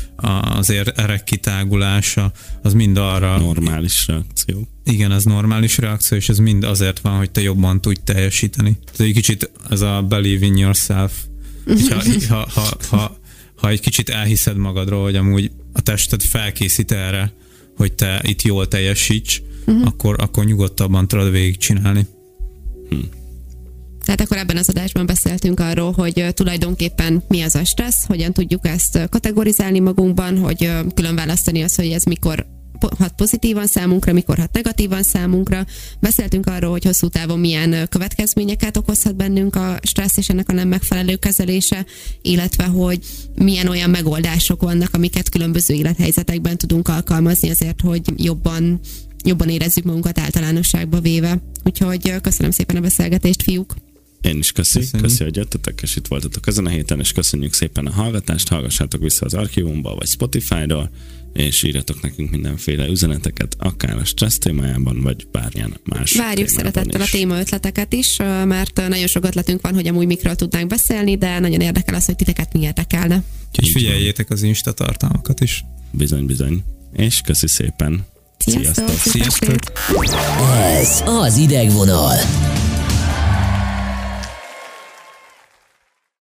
az erek kitágulása, az mind arra... Normális reakció. Igen, ez normális reakció, és ez mind azért van, hogy te jobban tudj teljesíteni. Tehát egy kicsit ez a believe in yourself. Ha, ha, ha, ha, ha egy kicsit elhiszed magadról, hogy amúgy a tested felkészít erre, hogy te itt jól teljesíts, uh-huh. akkor, akkor nyugodtabban tudod végigcsinálni. Hm. Tehát akkor ebben az adásban beszéltünk arról, hogy tulajdonképpen mi az a stressz, hogyan tudjuk ezt kategorizálni magunkban, hogy külön választani azt, hogy ez mikor hat pozitívan számunkra, mikor hat negatívan számunkra. Beszéltünk arról, hogy hosszú távon milyen következményeket okozhat bennünk a stressz és ennek a nem megfelelő kezelése, illetve hogy milyen olyan megoldások vannak, amiket különböző élethelyzetekben tudunk alkalmazni azért, hogy jobban, jobban érezzük magunkat általánosságba véve. Úgyhogy köszönöm szépen a beszélgetést, fiúk! Én is köszi, köszönjük. köszi, hogy jöttetek, és itt voltatok ezen a héten, és köszönjük szépen a hallgatást, hallgassátok vissza az archívumba, vagy Spotify-ról, és írjatok nekünk mindenféle üzeneteket, akár a stressz témájában, vagy bármilyen más Várjuk szeretettel is a témaötleteket is, mert nagyon sok ötletünk van, hogy amúgy mikről tudnánk beszélni, de nagyon érdekel az, hogy titeket mi érdekelne. Úgyhogy figyeljétek az Insta tartalmakat is. Bizony, bizony. És köszi szépen. Sziasztok! Sziasztok! Ez az Idegvonal.